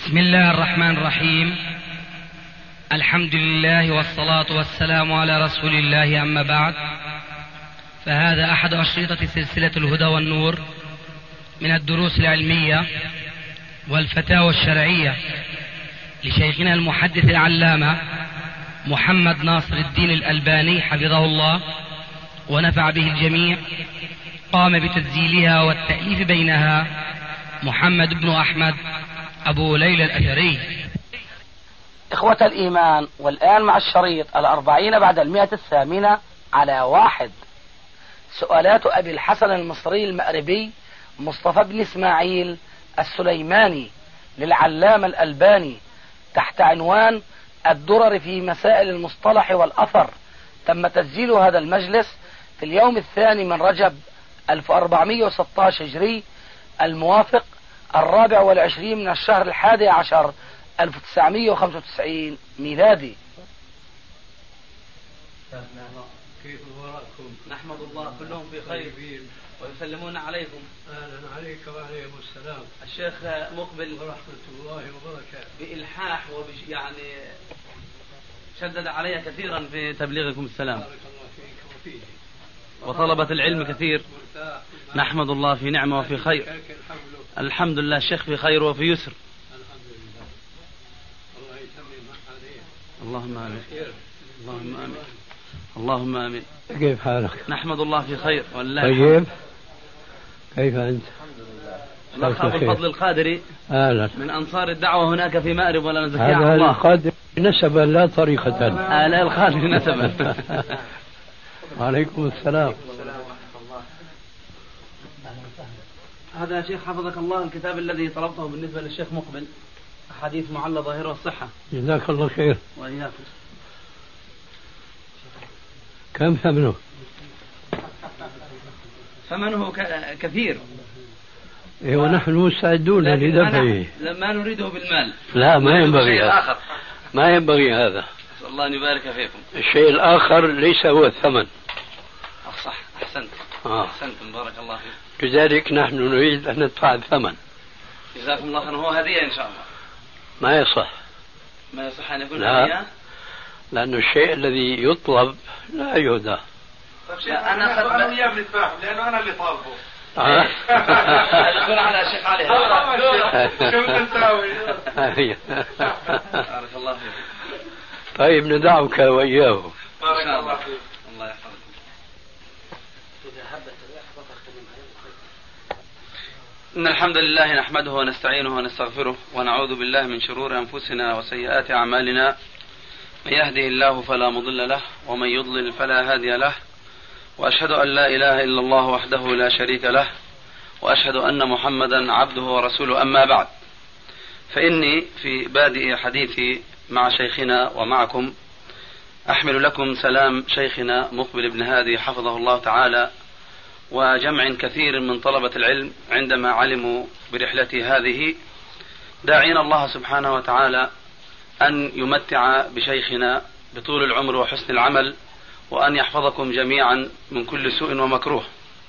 بسم الله الرحمن الرحيم. الحمد لله والصلاة والسلام على رسول الله، أما بعد، فهذا أحد أشرطة سلسلة الهدى والنور من الدروس العلمية والفتاوى الشرعية لشيخنا المحدث العلامة محمد ناصر الدين الألباني حفظه الله ونفع به الجميع. قام بتسجيلها والتأليف بينها محمد بن أحمد أبو ليلى الأثري. إخوة الإيمان، والآن مع الشريط 40 بعد 108 على 1. سؤالات أبي الحسن المصري المأربي مصطفى بن إسماعيل السليماني للعلامة الألباني تحت عنوان الدرر في مسائل المصطلح والأثر. تم تسجيل هذا المجلس في اليوم 2 من رجب 1416 هجري، الموافق 24 من الشهر 11 1995 ميلادي. كيف وراءكم؟ نحمد الله كلهم في خير ويسلمون عليكم. أهلا عليك وعليكم السلام. الشيخ مقبل ورحمة الله وبركاته بإلحاح يعني شدد علي كثيرا في تبليغكم السلام. بارك الله فيك وفيه. وطلبة العلم كثير. نحمد الله في نعمة وفي خير. الحمد لله الشيخ في خير وفي يسر. الحمد لله. الله يتمم عليه. اللهم آمين. اللهم آمين. اللهم آمين. كيف حالك؟ نحمد الله في خير والله. طيب، كيف أنت؟ الأخ أبو الفضل القادري أهلا. من أنصار الدعوة هناك في مأرب ولا نزكيها هذا الله. القادر نسبا لا طريقة. لا القادر نسبا. وعليكم السلام. هذا شيخ حفظك الله الكتاب الذي طلبته بالنسبة للشيخ مقبل، أحاديث معلى ظاهرة والصحة. جزاك الله خير. وإياكم. كم ثمنه؟ ثمنه كثير. إيه، ونحن مستعدون لدفعه. ما نريده بالمال. لا، ما ينبغي هذا. آخر. ما ينبغي هذا. أسأل الله أن يبارك فيكم. الشيء الآخر ليس هو الثمن. صح، أحسنت. أحسنتم، بارك الله فيكم. لذلك نحن نريد أن ندفع الثمن. جزاكم الله خيرا. هو هدية إن شاء الله. ما يصح. ما يصح أن يكون لا. هدية؟ لأن الشيء الذي يطلب لا يهدى. لا، أنا إياه بندفعه لأنه أنا اللي طالبه. أدخل على الشيخ علي. شو نساوي؟ بارك الله فيك. طيب، ندعك وإياه. بارك الله فيك. الله يحفظك. إن الحمد لله نحمده ونستعينه ونستغفره ونعوذ بالله من شرور أنفسنا وسيئات أعمالنا. من يهده الله فلا مضل له ومن يضلل فلا هادي له، وأشهد أن لا إله إلا الله وحده لا شريك له، وأشهد أن محمدا عبده ورسوله. أما بعد، فإني في بادئ حديثي مع شيخنا ومعكم أحمل لكم سلام شيخنا مقبل بن هادي حفظه الله تعالى، وجمع كثير من طلبة العلم عندما علموا برحلتي هذه، داعين الله سبحانه وتعالى أن يمتع بشيخنا بطول العمر وحسن العمل، وأن يحفظكم جميعا من كل سوء ومكروه.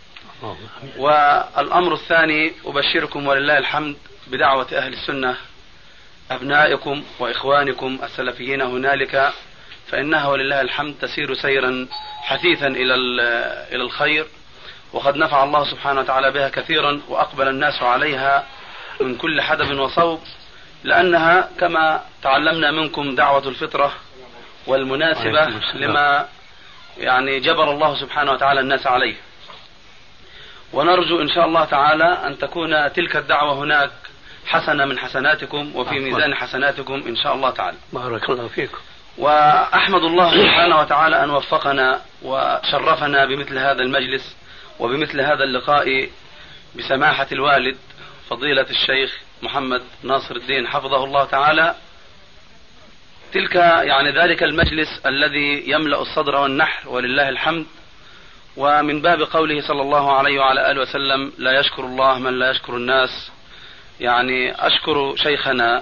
والأمر الثاني، أبشركم ولله الحمد بدعوة أهل السنة أبنائكم وإخوانكم السلفيين هنالك، فإنها ولله الحمد تسير سيرا حثيثا إلى الخير، وقد نفع الله سبحانه وتعالى بها كثيرا، وأقبل الناس عليها من كل حدب وصوب، لأنها كما تعلمنا منكم دعوة الفطرة والمناسبة لما جبر الله سبحانه وتعالى الناس عليه. ونرجو إن شاء الله تعالى أن تكون تلك الدعوة هناك حسنة من حسناتكم وفي ميزان حسناتكم إن شاء الله تعالى. بارك الله فيكم. وأحمد الله سبحانه وتعالى أن وفقنا وشرفنا بمثل هذا المجلس وبمثل هذا اللقاء بسماحة الوالد فضيلة الشيخ محمد ناصر الدين حفظه الله تعالى. تلك ذلك المجلس الذي يملأ الصدر والنحر ولله الحمد. ومن باب قوله صلى الله عليه وعلى آله وسلم: لا يشكر الله من لا يشكر الناس. أشكر شيخنا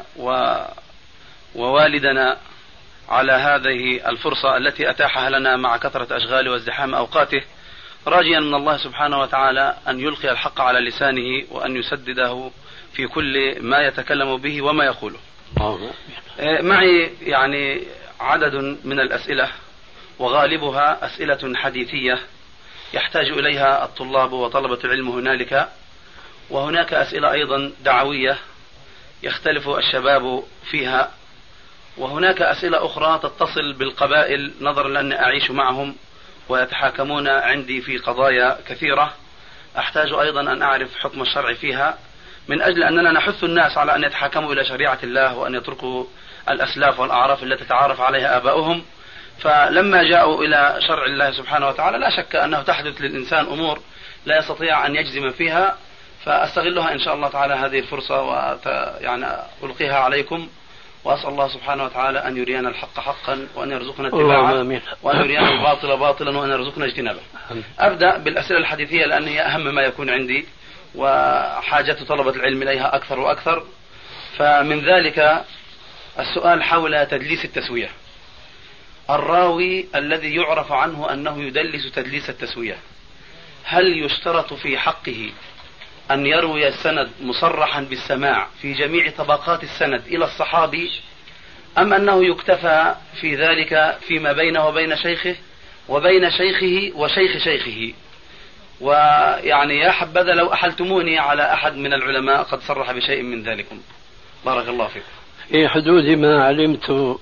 ووالدنا على هذه الفرصة التي أتاحها لنا مع كثرة أشغال وازدحام أوقاته، راجيا من الله سبحانه وتعالى أن يلقي الحق على لسانه وأن يسدده في كل ما يتكلم به وما يقوله. معي يعني عدد من الأسئلة، وغالبها أسئلة حديثية يحتاج إليها الطلاب وطلبة العلم هنالك، وهناك أسئلة أيضا دعوية يختلف الشباب فيها، وهناك أسئلة أخرى تتصل بالقبائل نظرا لأني أعيش معهم ويتحاكمون عندي في قضايا كثيرة أحتاج أيضا أن أعرف حكم الشرع فيها، من أجل أننا نحث الناس على أن يتحاكموا إلى شريعة الله وأن يتركوا الأسلاف والأعراف التي تعارف عليها آباؤهم. فلما جاءوا إلى شرع الله سبحانه وتعالى لا شك أنه تحدث للإنسان أمور لا يستطيع أن يجزم فيها، فأستغلها إن شاء الله تعالى هذه الفرصة يعني ألقيها عليكم، وأسأل الله سبحانه وتعالى أن يرينا الحق حقا وأن يرزقنا اتباعه، وأن يرينا الباطل باطلا وأن يرزقنا اجتنابه. أبدأ بالأسئلة الحديثية لأن هي أهم ما يكون عندي وحاجة طلبة العلم إليها أكثر وأكثر. فمن ذلك السؤال حول تدليس التسوية. الراوي الذي يعرف عنه أنه يدلس تدليس التسوية، هل يشترط في حقه أن يروي السند مصرحا بالسماع في جميع طبقات السند إلى الصحابي، أم أنه يكتفى في ذلك فيما بينه وبين شيخه وبين شيخه وشيخ شيخه؟ ويعني يا حبذا لو أحلتموني على أحد من العلماء قد صرح بشيء من ذلكم. بارك الله فيكم. في حدود ما علمت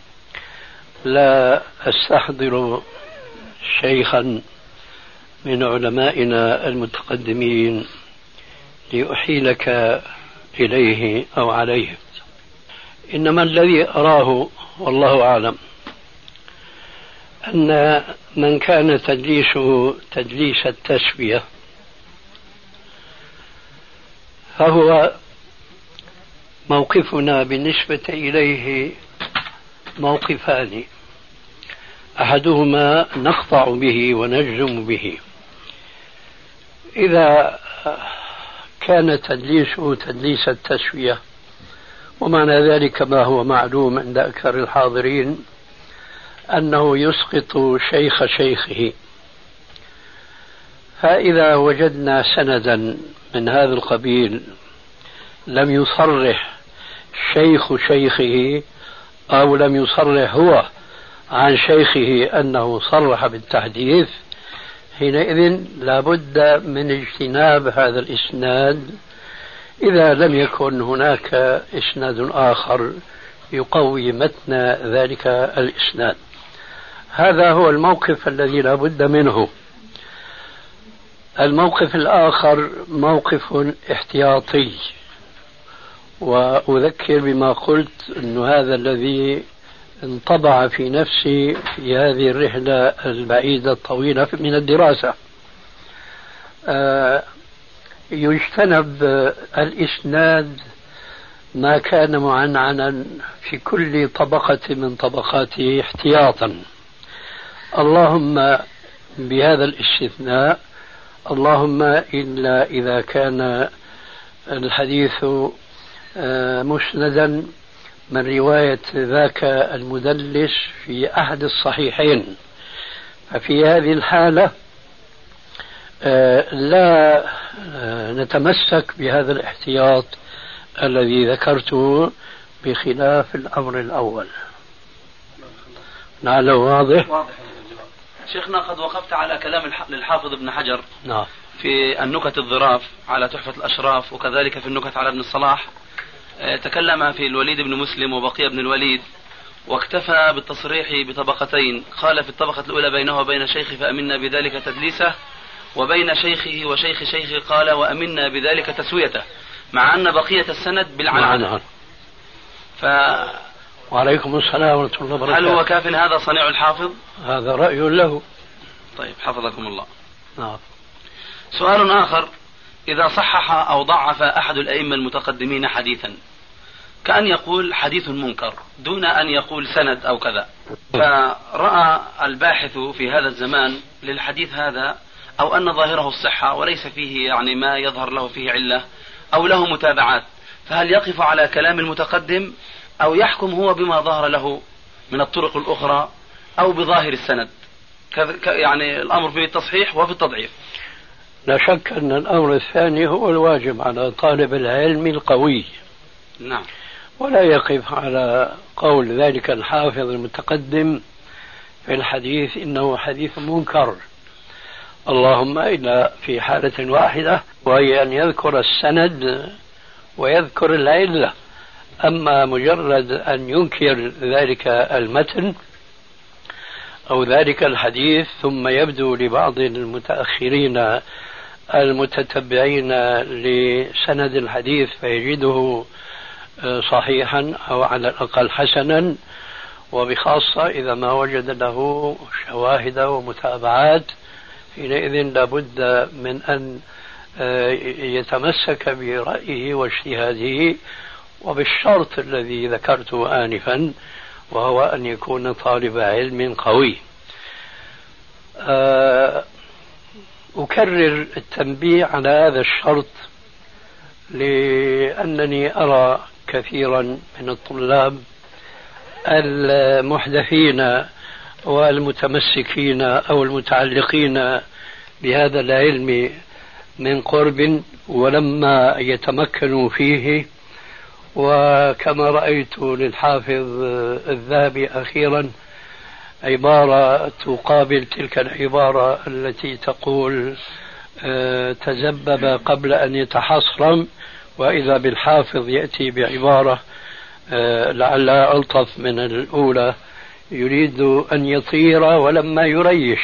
لا أستحضر شيخا من علمائنا المتقدمين لأحيلك إليه أو عليه، إنما الذي أراه والله أعلم أن من كان تدليسه تدليس التسوية فهو موقفنا بالنسبة إليه موقفان، أحدهما نقطع به ونجزم به. إذا كان تدليسه تدليس التسوية، ومعنى ذلك ما هو معلوم عند أكثر الحاضرين أنه يسقط شيخ شيخه، فإذا وجدنا سندا من هذا القبيل لم يصرح شيخ شيخه أو لم يصرح هو عن شيخه أنه صرح بالتحديث، حينئذ لا بد من اجتناب هذا الإسناد إذا لم يكن هناك إسناد آخر يقوي متن ذلك الإسناد. هذا هو الموقف الذي لا بد منه. الموقف الآخر موقف احتياطي، وأذكر بما قلت أن هذا الذي انطبع في نفسي في هذه الرحلة البعيدة الطويلة من الدراسة. يجتنب الإسناد ما كان معنعنا في كل طبقة من طبقاته احتياطا، اللهم بهذا الاستثناء، اللهم إلا إذا كان الحديث مسندا من رواية ذاك المدلس في أحد الصحيحين، ففي هذه الحالة لا نتمسك بهذا الاحتياط الذي ذكرته بخلاف الأمر الأول. نعم واضح. شيخنا قد وقفت على كلام للحافظ ابن حجر نعم في النكت الظراف على تحفة الأشراف، وكذلك في النكت على ابن الصلاح. تكلم في الوليد بن مسلم وبقية بن الوليد، واكتفى بالتصريح بطبقتين. قال في الطبقة الأولى بينه وبين شيخه فأمنا بذلك تدليسه، وبين شيخه وشيخ شيخه قال وأمنا بذلك تسويته، مع أن بقية السند بالعنعنة. وعليكم السلام ورحمة الله وبركاته. هل هو كاف هذا صنيع الحافظ؟ هذا رأي له. طيب حفظكم الله. نعم. سؤال آخر: إذا صحح أو ضعف أحد الأئمة المتقدمين حديثا، كأن يقول حديث منكر دون أن يقول سند أو كذا، فرأى الباحث في هذا الزمان للحديث هذا أو أن ظاهره الصحة وليس فيه يعني ما يظهر له فيه علة أو له متابعات، فهل يقف على كلام المتقدم أو يحكم هو بما ظهر له من الطرق الأخرى أو بظاهر السند؟ يعني الأمر في التصحيح وفي التضعيف. لا شك أن الأمر الثاني هو الواجب على طالب العلم القوي. نعم. ولا يقف على قول ذلك الحافظ المتقدم في الحديث إنه حديث منكر، اللهم إلا في حالة واحدة، وهي أن يذكر السند ويذكر العلة. أما مجرد أن ينكر ذلك المتن أو ذلك الحديث ثم يبدو لبعض المتأخرين المتتبعين لسند الحديث فيجده صحيحا أو على الأقل حسنا، وبخاصة إذا ما وجد له شواهد ومتابعات، حينئذ لابد من أن يتمسك برأيه واجتهاده، وبالشرط الذي ذكرته آنفا، وهو أن يكون طالب علم قوي. أكرر التنبيه على هذا الشرط لأنني أرى كثيرا من الطلاب المحدثين والمتمسكين أو المتعلقين بهذا العلم من قرب ولما يتمكنوا فيه، وكما رأيت للحافظ الذهبي أخيرا عبارة تقابل تلك العبارة التي تقول تزبب قبل أن يتحصرم، وإذا بالحافظ يأتي بعبارة لعلها ألطف من الأولى، يريد أن يطير ولما يريش.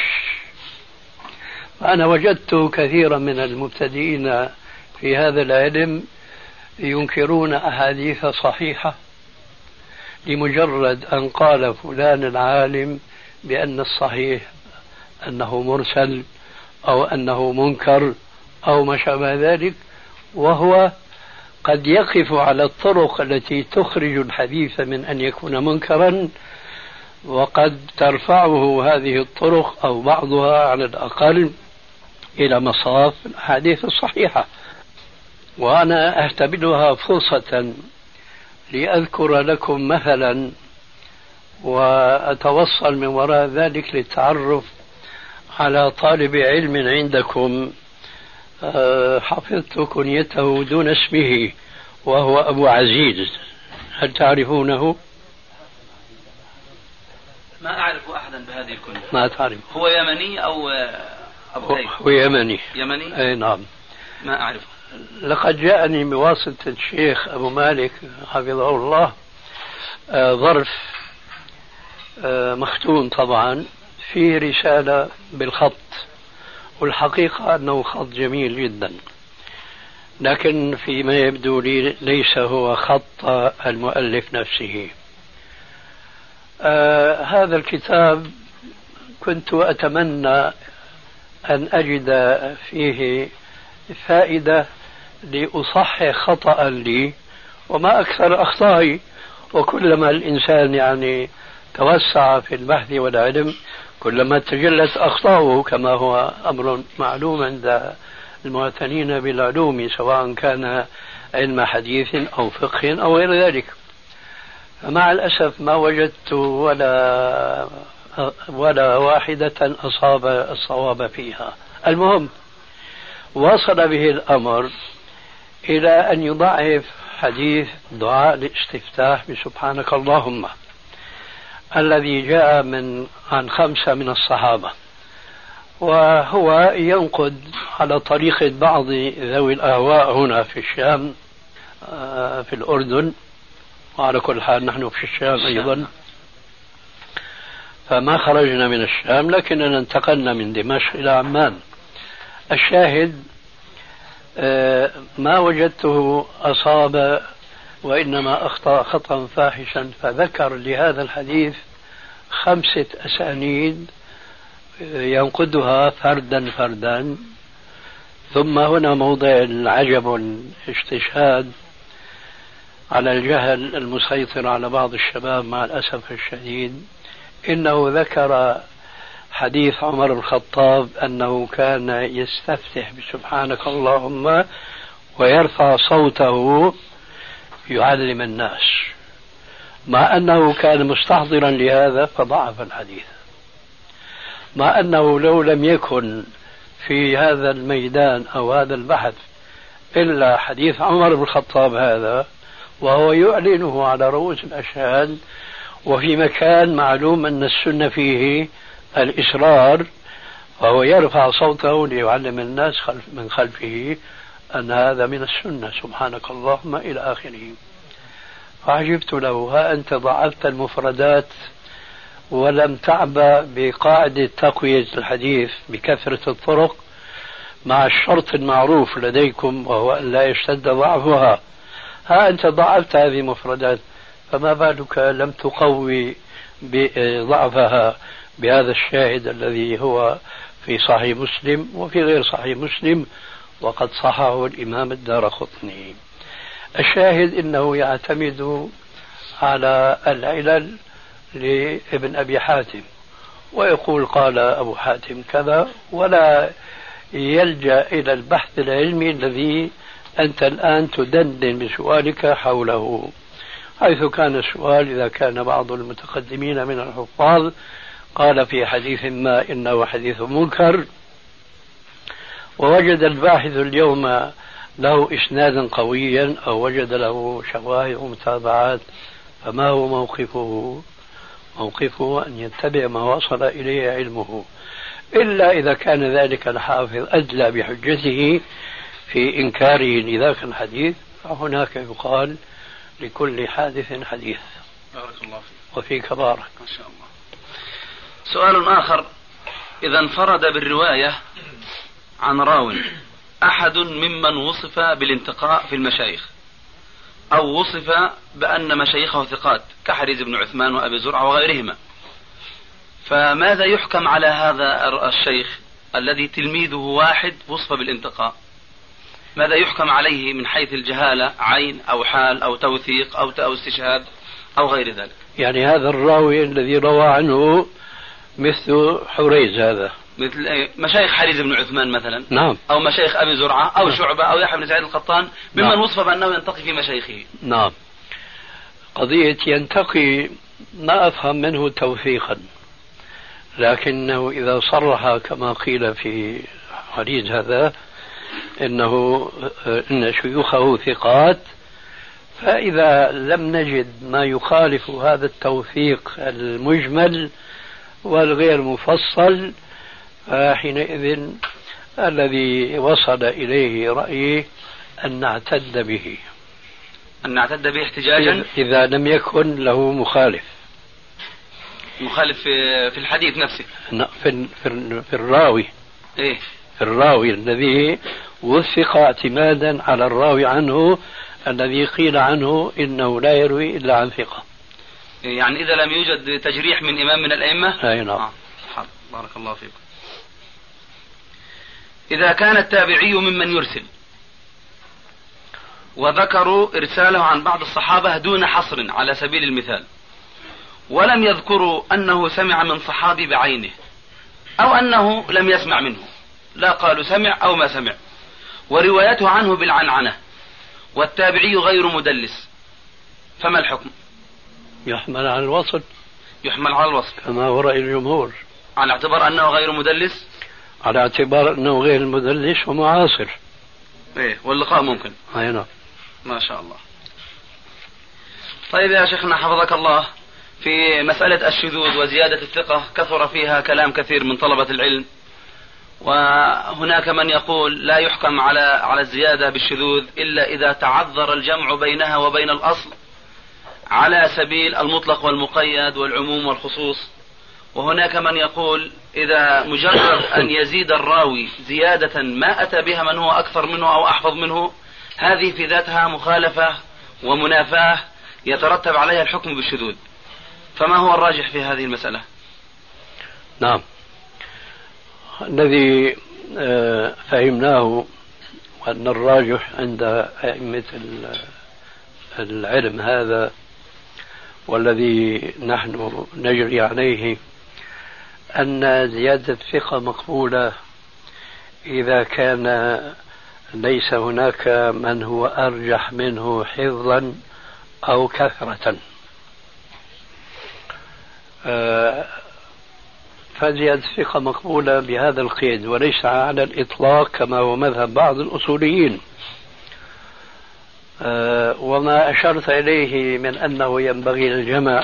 أنا وجدت كثيرا من المبتدئين في هذا العلم ينكرون أحاديث صحيحة لمجرد أن قال فلان العالم بأن الصحيح أنه مرسل أو أنه منكر أو ما شابه ذلك، وهو قد يقف على الطرق التي تخرج الحديث من أن يكون منكرا، وقد ترفعه هذه الطرق أو بعضها على الأقل إلى مصاف الأحاديث الصحيحة. وأنا أعتبرها فرصة لأذكر لكم مثلا وأتوصل من وراء ذلك للتعرف على طالب علم عندكم حفظت كنيته دون اسمه، وهو أبو عزيز. هل تعرفونه؟ ما أعرف أحدا بهذه الكنية. ما تعرف. هو يمني أو أبو كيف؟ هو يمني. يمني؟ أي نعم. ما أعرف. لقد جاءني بواسطة الشيخ أبو مالك حفظه الله ظرف مختوم طبعا فيه رسالة بالخط، والحقيقة أنه خط جميل جدا، لكن فيما يبدو لي ليس هو خط المؤلف نفسه. هذا الكتاب كنت أتمنى أن أجد فيه فائدة لأصحح خطأ لي، وما أكثر أخطائي، وكلما الإنسان يعني توسع في البحث والعلم كلما تجلت أخطاؤه، كما هو أمر معلوم عند المعتنين بالعلوم سواء كان علم حديث أو فقه أو غير ذلك. فمع الأسف ما وجدت ولا واحدة أصاب الصواب فيها. المهم وصل به الأمر إلى أن يضعف حديث دعاء الاستفتاح بسبحانك اللهم الذي جاء عن 5 من الصحابة، وهو ينقد على طريقة بعض ذوي الأهواء هنا في الشام في الأردن، وعلى كل حال نحن في الشام أيضا، فما خرجنا من الشام لكننا انتقلنا من دمشق إلى عمان. الشاهد ما وجدته أصاب وإنما أخطأ خطأ فاحشا، فذكر لهذا الحديث 5 أسانيد ينقدها فردا فردا. ثم هنا موضع العجب والاستشهاد على الجهل المسيطر على بعض الشباب مع الأسف الشديد، إنه ذكر حديث عمر بن الخطاب أنه كان يستفتح بسبحانك اللهم ويرفع صوته يعلم الناس، مع أنه كان مستحضرا لهذا فضعف الحديث، مع أنه لو لم يكن في هذا الميدان أو هذا البحث إلا حديث عمر بن الخطاب هذا، وهو يعلنه على رؤوس الأشهاد وفي مكان معلوم أن السنة فيه الإصرار، وهو يرفع صوته ليعلم الناس من خلفه أن هذا من السنة سبحانك اللهم إلى آخره. فعجبت له، ها أنت ضعفت المفردات ولم تعبأ بقاعدة تقوية الحديث بكثرة الطرق مع الشرط المعروف لديكم وهو أن لا يشتد ضعفها. ها أنت ضعفت هذه المفردات، فما بالك لم تقوي ضعفها بهذا الشاهد الذي هو في صحيح مسلم وفي غير صحيح مسلم وقد صححه الإمام الدارقطني. الشاهد إنه يعتمد على العلل لابن أبي حاتم ويقول قال أبو حاتم كذا، ولا يلجأ إلى البحث العلمي الذي أنت الآن تدندن بسؤالك حوله، حيث كان السؤال إذا كان بعض المتقدمين من الحفاظ قال في حديث ما إنه حديث منكر، ووجد الباحث اليوم له إسنادا قويا أو وجد له شواهد ومتابعات، فما هو موقفه؟ موقفه أن يتبع ما وصل إليه علمه، إلا إذا كان ذلك الحافظ أدلى بحجته في إنكاره لذاك الحديث، فهناك يقال لكل حادث حديث. بارك الله فيك. وفيك بارك. ما شاء الله. سؤال آخر: إذا انفرد بالرواية عن راو أحد ممن وصف بالانتقاء في المشايخ أو وصف بأن مشايخه ثقات كحريز بن عثمان وأبي زرعة وغيرهما، فماذا يحكم على هذا الشيخ الذي تلميذه واحد وصف بالانتقاء؟ ماذا يحكم عليه من حيث الجهالة، عين أو حال أو توثيق أو استشهاد أو غير ذلك؟ يعني هذا الراوي الذي روى عنه مثل حريز، هذا مثل مشايخ حريز بن عثمان مثلا، نعم، أو مشايخ أبي زرعة أو نعم، شعبة أو يحيى بن سعيد القطان، ممن نعم، وصف بأنه ينتقي في مشايخه. نعم. قضية ينتقي ما أفهم منه توثيقا، لكنه إذا صرح كما قيل في حديث هذا إن شيوخه ثقات، فإذا لم نجد ما يخالف هذا التوثيق المجمل والغير مفصل، فحينئذ الذي وصل إليه رأيي أن نعتد به، أن نعتد به احتجاجا إذا لم يكن له مخالف في الحديث نفسه، في الراوي، إيه؟ في الراوي الذي وثق اعتمادا على الراوي عنه الذي قيل عنه إنه لا يروي إلا عن ثقة. يعني إذا لم يوجد تجريح من إمام من الأئمة. أي نعم. بارك الله فيكم. إذا كان التابعي ممن يرسل وذكروا إرساله عن بعض الصحابة دون حصر على سبيل المثال، ولم يذكروا أنه سمع من صحابي بعينه أو أنه لم يسمع منه، لا قالوا سمع أو ما سمع، وروايته عنه بالعنعنة والتابعي غير مدلس، فما الحكم؟ يحمل على الوصل. يحمل على الوصل كما هو رأي الجمهور، على اعتبار أنه غير مدلس، على اعتبار أنه غير مدلس ومعاصر. إيه، واللقاء ممكن. أي نعم. ما شاء الله. طيب يا شيخنا حفظك الله، في مسألة الشذوذ وزيادة الثقة كثر فيها كلام كثير من طلبة العلم، وهناك من يقول لا يحكم على الزيادة بالشذوذ إلا إذا تعذر الجمع بينها وبين الأصل على سبيل المطلق والمقيد والعموم والخصوص، وهناك من يقول إذا مجرد أن يزيد الراوي زيادة ما أتى بها من هو أكثر منه أو أحفظ منه، هذه في ذاتها مخالفة ومنافاة يترتب عليها الحكم بالشذوذ، فما هو الراجح في هذه المسألة؟ نعم، الذي فهمناه أن الراجح عند أئمة العلم هذا والذي نحن نجري عليه أن زيادة الثقة مقبولة إذا كان ليس هناك من هو أرجح منه حفظا أو كثرة. فزيادة الثقة مقبولة بهذا القيد وليس على الإطلاق كما هو مذهب بعض الأصوليين. وما أشرت إليه من أنه ينبغي الجمع،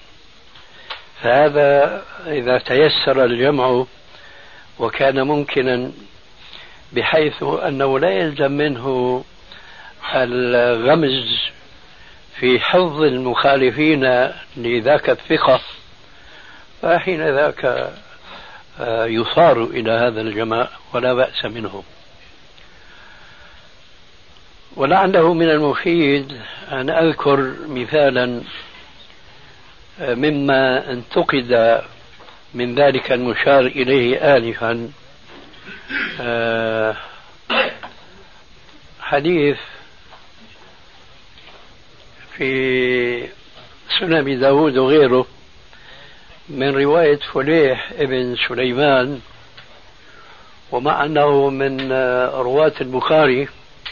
فهذا إذا تيسر الجمع وكان ممكنا بحيث أنه لا يلزم منه الغمز في حفظ المخالفين لذاك الثقة، فحين ذاك يصار إلى هذا الجماع ولا بأس منه. ولعله من المفيد أن أذكر مثالا مما انتقد من ذلك المشار إليه آنفا، حديث في سنن داود وغيره من رواية فليح ابن سليمان، ومع أنه من رواة البخاري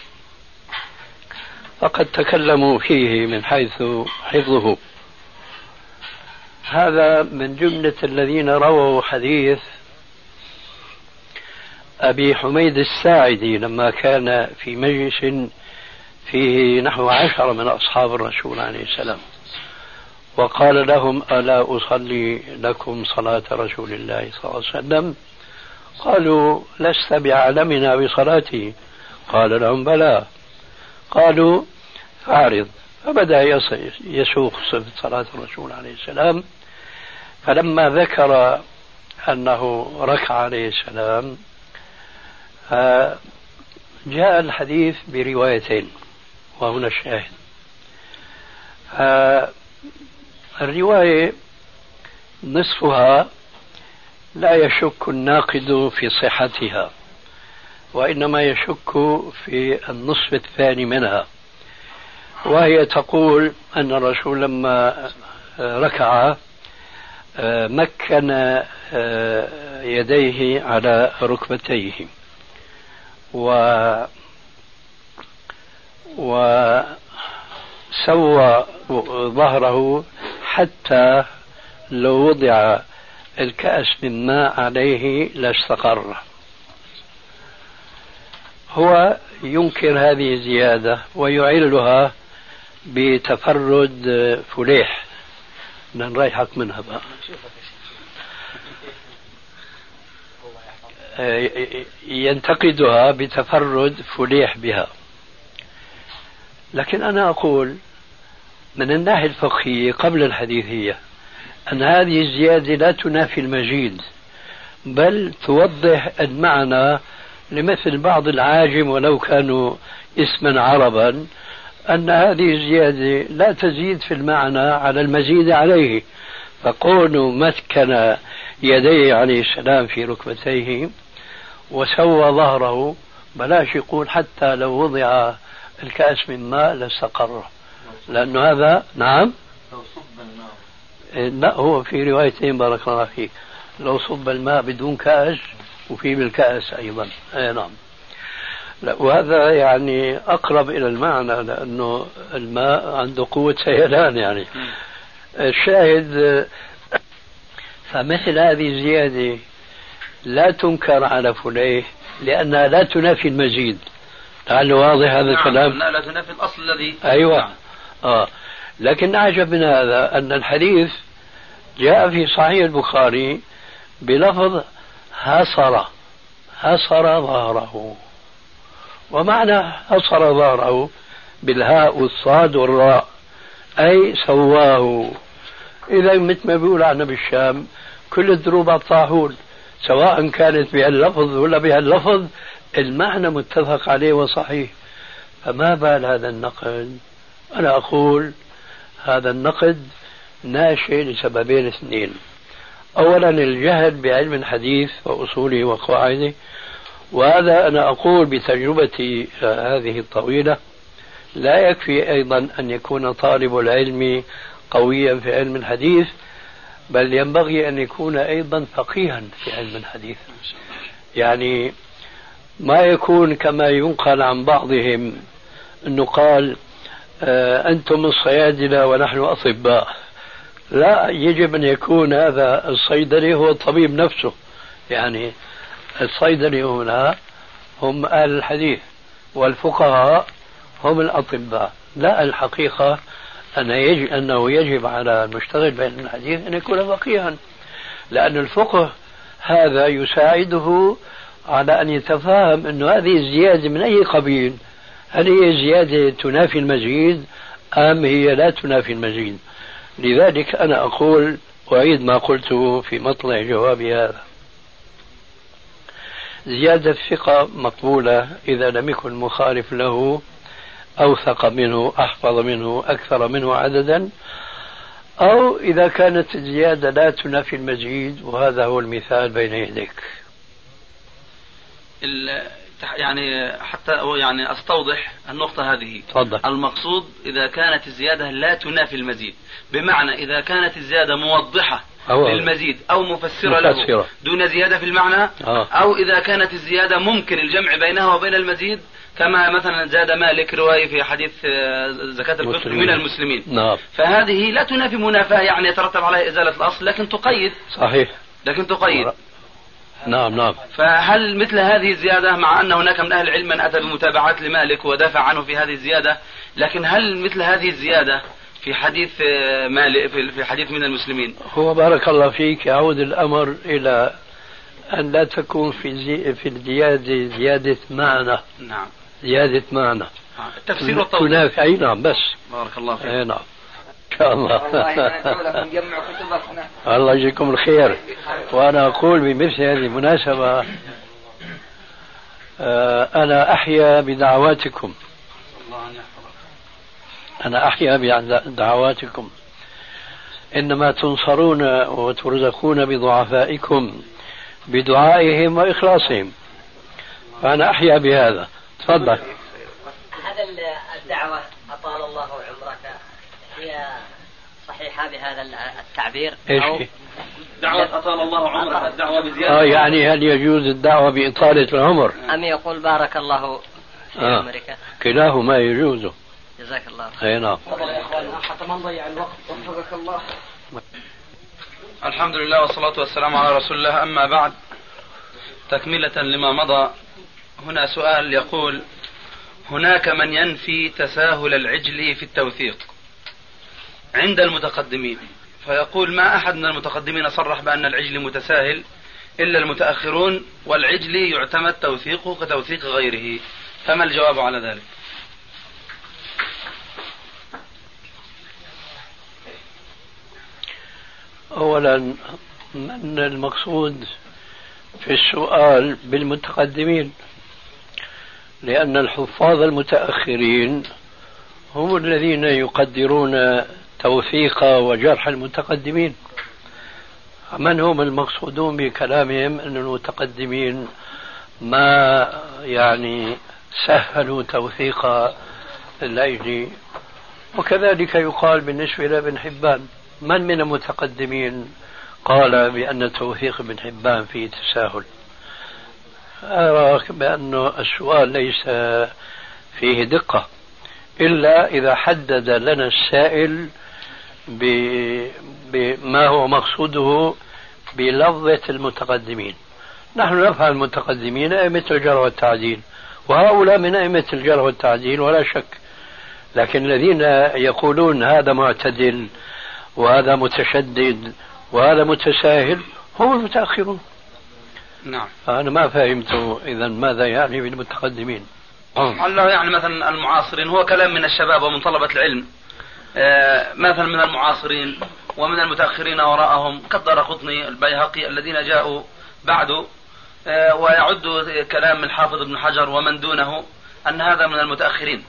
فقد تكلموا فيه من حيث حفظه. هذا من جملة الذين رووا حديث أبي حميد الساعدي لما كان في مجلس فيه نحو 10 من أصحاب الرسول عليه السلام، وقال لهم: ألا أصلي لكم صلاة رسول الله صلى الله عليه وسلم؟ قالوا: لست بعلمنا بصلاته. قال لهم: بلى. قالوا: فاعرض. فبدأ يسوق صفة صلاة الرسول عليه السلام، فلما ذكر أنه ركع عليه السلام جاء الحديث بروايتين، وهنا الشاهد. الرواية نصفها لا يشك الناقد في صحتها، وإنما يشك في النصف الثاني منها، وهي تقول أن الرسول لما ركع مكن يديه على ركبتيه وسوى ظهره حتى لو وضع الكأس من ماء عليه لاستقر. هو ينكر هذه الزيادة ويعلها بتفرد فليح. نريحك منها بقى. ينتقدها بتفرد فليح بها. لكن أنا أقول من الناحية الفقهية قبل الحديثية أن هذه الزيادة لا تنافي المزيد، بل توضح المعنى لمثل بعض العاجم ولو كانوا اسما عربا، أن هذه الزيادة لا تزيد في المعنى على المزيد عليه. فكونه مكن يديه عليه السلام في ركبتيه وسوى ظهره، بلاش يقول حتى لو وضع الكأس من ماء لاستقر، لأنه هذا نعم لو صب الماء. لا، هو في روايتين بارك الله فيك، لو صب الماء بدون كأس وفي بالكأس أيضا. نعم. لا، وهذا يعني أقرب إلى المعنى لأنه الماء عنده قوة سيلان يعني. الشاهد، فمثل هذه الزيادة لا تنكر على فليه لأنها لا تنافي المزيد. لعله واضح هذا الكلام؟ لا تنافي الأصل الذي أيوة. لكن أعجب من هذا أن الحديث جاء في صحيح البخاري بلفظ هصر ظهره، ومعنى هصر ظهره بالهاء والصاد والراء أي سواه. إذا مثل ما بيقول عنا بالشام كل الدروب على الطاحون، سواء كانت بهاللفظ ولا بهاللفظ المعنى متفق عليه وصحيح. فما بال هذا النقد؟ أنا أقول هذا النقد ناشئ لسببين اثنين. أولا الجهل بعلم الحديث وأصوله وقواعده، وهذا أنا أقول بتجربتي هذه الطويلة لا يكفي أيضا أن يكون طالب العلم قويا في علم الحديث، بل ينبغي أن يكون أيضا فقيها في علم الحديث. يعني ما يكون كما ينقل عن بعضهم أنه قال أنتم الصيادلة ونحن أطباء. لا، يجب أن يكون هذا الصيدلي هو الطبيب نفسه. يعني الصيدلي هنا هم أهل الحديث والفقهاء هم الأطباء. لا، الحقيقة أنه يجب على المشتغل بين الحديث أن يكون فقيها، لأن الفقه هذا يساعده على أن يتفهم أن هذه الزيادة من أي قبيل، هل هي زيادة تنافي المزيد أم هي لا تنافي المزيد. لذلك أنا أقول وأعيد ما قلته في مطلع جوابي هذا: زيادة الثقة مقبولة إذا لم يكن مخالف له أوثق منه، أحفظ منه، أكثر منه عددا، أو إذا كانت الزيادة لا تنافي المزيد، وهذا هو المثال بين يديك. يعني حتى يعني أستوضح النقطة هذه. تفضل. المقصود إذا كانت الزيادة لا تنافي المزيد، بمعنى إذا كانت الزيادة موضحة للمزيد أو مفسرة له دون زيادة في المعنى، أو إذا كانت الزيادة ممكن الجمع بينها وبين المزيد، كما مثلا زاد مالك رواية في حديث زكاة الفطر من المسلمين. نعم. فهذه لا تنافي منافاة يعني يترتب عليها إزالة الأصل، لكن تقيد. صحيح. لكن تقيد. نعم. فهل مثل هذه الزيادة، مع أن هناك من أهل العلم من أتى بمتابعات لمالك ودافع عنه في هذه الزيادة، لكن هل مثل هذه الزيادة في حديث مالك في حديث من المسلمين؟ هو بارك الله فيك يعود الأمر إلى أن لا تكون في الزيادة زيادة معنى. نعم. زيادة معنى. التفسير والتوضيح. أي نعم، بس. بارك الله فيك. أي نعم. إن شاء الله. والله الله يجزيكم الخير. وأنا أقول بمثل هذه المناسبة أنا أحيا بدعواتكم. أنا أحيا بدعواتكم. إنما تنصرون وترزقون بضعفائكم بدعائهم وإخلاصهم، فأنا أحيا بهذا. تفضل. هذا الدعوة أطال الله عمرك هي صحيحة بهذا التعبير؟ أو دعوة أطال الله عمرك، الدعوة بزيادة. يعني هل يجوز الدعوة بإطالة العمر أم يقول بارك الله في عمرك؟ كلاهما يجوز. جزاك الله خير. نعم. حتى ما نضيع الوقت. وفقك الله. الحمد لله والصلاة والسلام على رسول الله. أما بعد، تكملة لما مضى، هنا سؤال يقول: هناك من ينفي تساهل العجل في التوثيق عند المتقدمين، فيقول ما أحد من المتقدمين صرح بأن العجل متساهل إلا المتأخرون، والعجل يعتمد توثيقه كتوثيق غيره، فما الجواب على ذلك؟ أولا، من المقصود في السؤال بالمتقدمين؟ لأن الحفاظ المتأخرين هم الذين يقدرون توثيق وجرح المتقدمين. من هم المقصودون بكلامهم أن المتقدمين ما يعني سهلوا توثيق العجل؟ وكذلك يقال بالنسبة لابن حبان. من المتقدمين قال بأن توثيق ابن حبان فيه تساهل؟ أرى بأن السؤال ليس فيه دقة إلا إذا حدد لنا السائل بما هو مقصوده بلفظة المتقدمين. نحن نفهم المتقدمين أئمة الجرح والتعديل، وهؤلاء من أئمة الجرح والتعديل ولا شك، لكن الذين يقولون هذا معتدل وهذا متشدد وهذا متساهل هم المتأخرون. نعم. أنا ما فهمت إذا ماذا يعني بالمتقدمين. الله يعني مثلا المعاصرين، هو كلام من الشباب ومن طلبة العلم، مثلا من المعاصرين ومن المتأخرين وراءهم كالدارقطني البيهقي الذين جاءوا بعده، ويعد كلام الحافظ ابن حجر ومن دونه أن هذا من المتأخرين.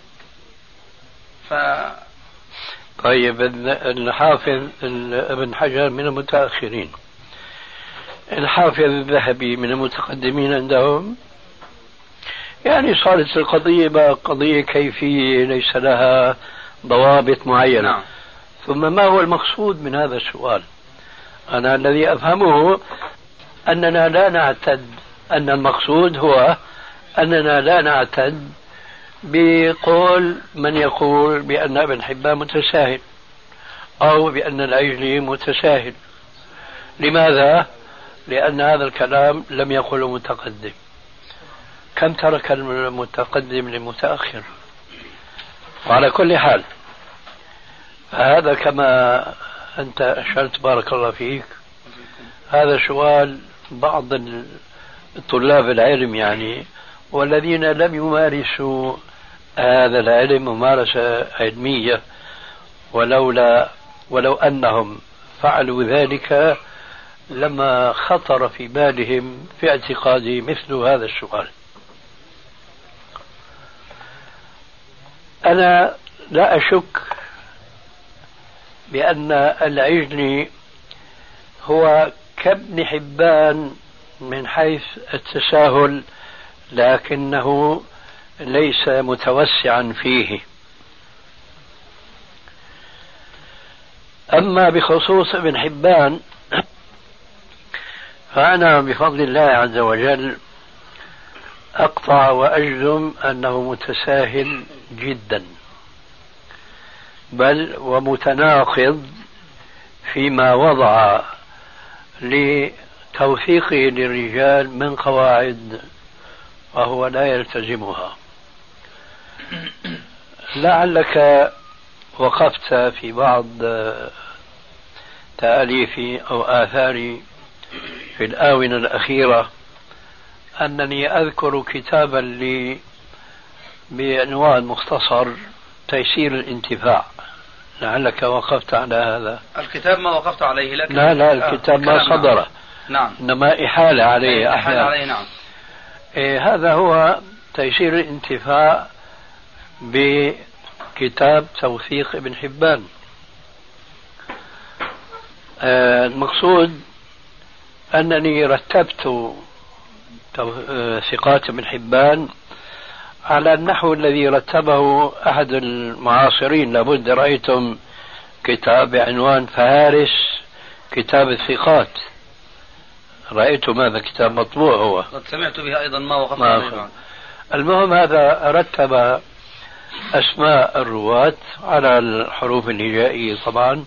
طيب، الحافظ ابن حجر من المتأخرين، الحافظ الذهبي من المتقدمين عندهم. يعني صارت القضية بقى قضية كيفية ليس لها ضوابط معينة. نعم. ثم ما هو المقصود من هذا السؤال؟ أنا الذي أفهمه أننا لا نعتد، أن المقصود هو أننا لا نعتد بقول من يقول بأن ابن حبان متساهل أو بأن العجلي متساهل. لماذا؟ لأن هذا الكلام لم يقله متقدم. كم ترك المتقدم للمتأخر؟ وعلى كل حال هذا كما أنت أشرت بارك الله فيك، هذا سؤال بعض طلاب العلم يعني، والذين لم يمارسوا هذا العلم ممارسة علمية، ولو أنهم فعلوا ذلك لما خطر في بالهم في اعتقادي مثل هذا السؤال. أنا لا أشك بأن العجلي هو كابن حبان من حيث التساهل، لكنه ليس متوسعا فيه. أما بخصوص ابن حبان فأنا بفضل الله عز وجل أقطع وأجزم أنه متساهل جدا، بل ومتناقض فيما وضع لتوثيقه للرجال من قواعد وهو لا يلتزمها. لعلك وقفت في بعض تأليفي أو آثاري في الآونة الأخيرة أنني أذكر كتابا لي بعنوان مختصر تيسير الانتفاع. لعلك وقفت على هذا الكتاب. ما وقفت عليه، لكن لا الكتاب ما صدر. نعم. إنما إحالة عليه إحالة عليه. نعم. هذا هو تيسير الانتفاع بكتاب توثيق ابن حبان. المقصود أنني رتبت ثقات ابن حبان على النحو الذي رتبه أحد المعاصرين. لابد رأيتم كتاب بعنوان فهارس كتاب الثقات، رأيتم هذا كتاب مطبوع هو، قد سمعت به أيضا ما وقفت عليه. المهم هذا رتب أسماء الرواة على الحروف الهجائية طبعا،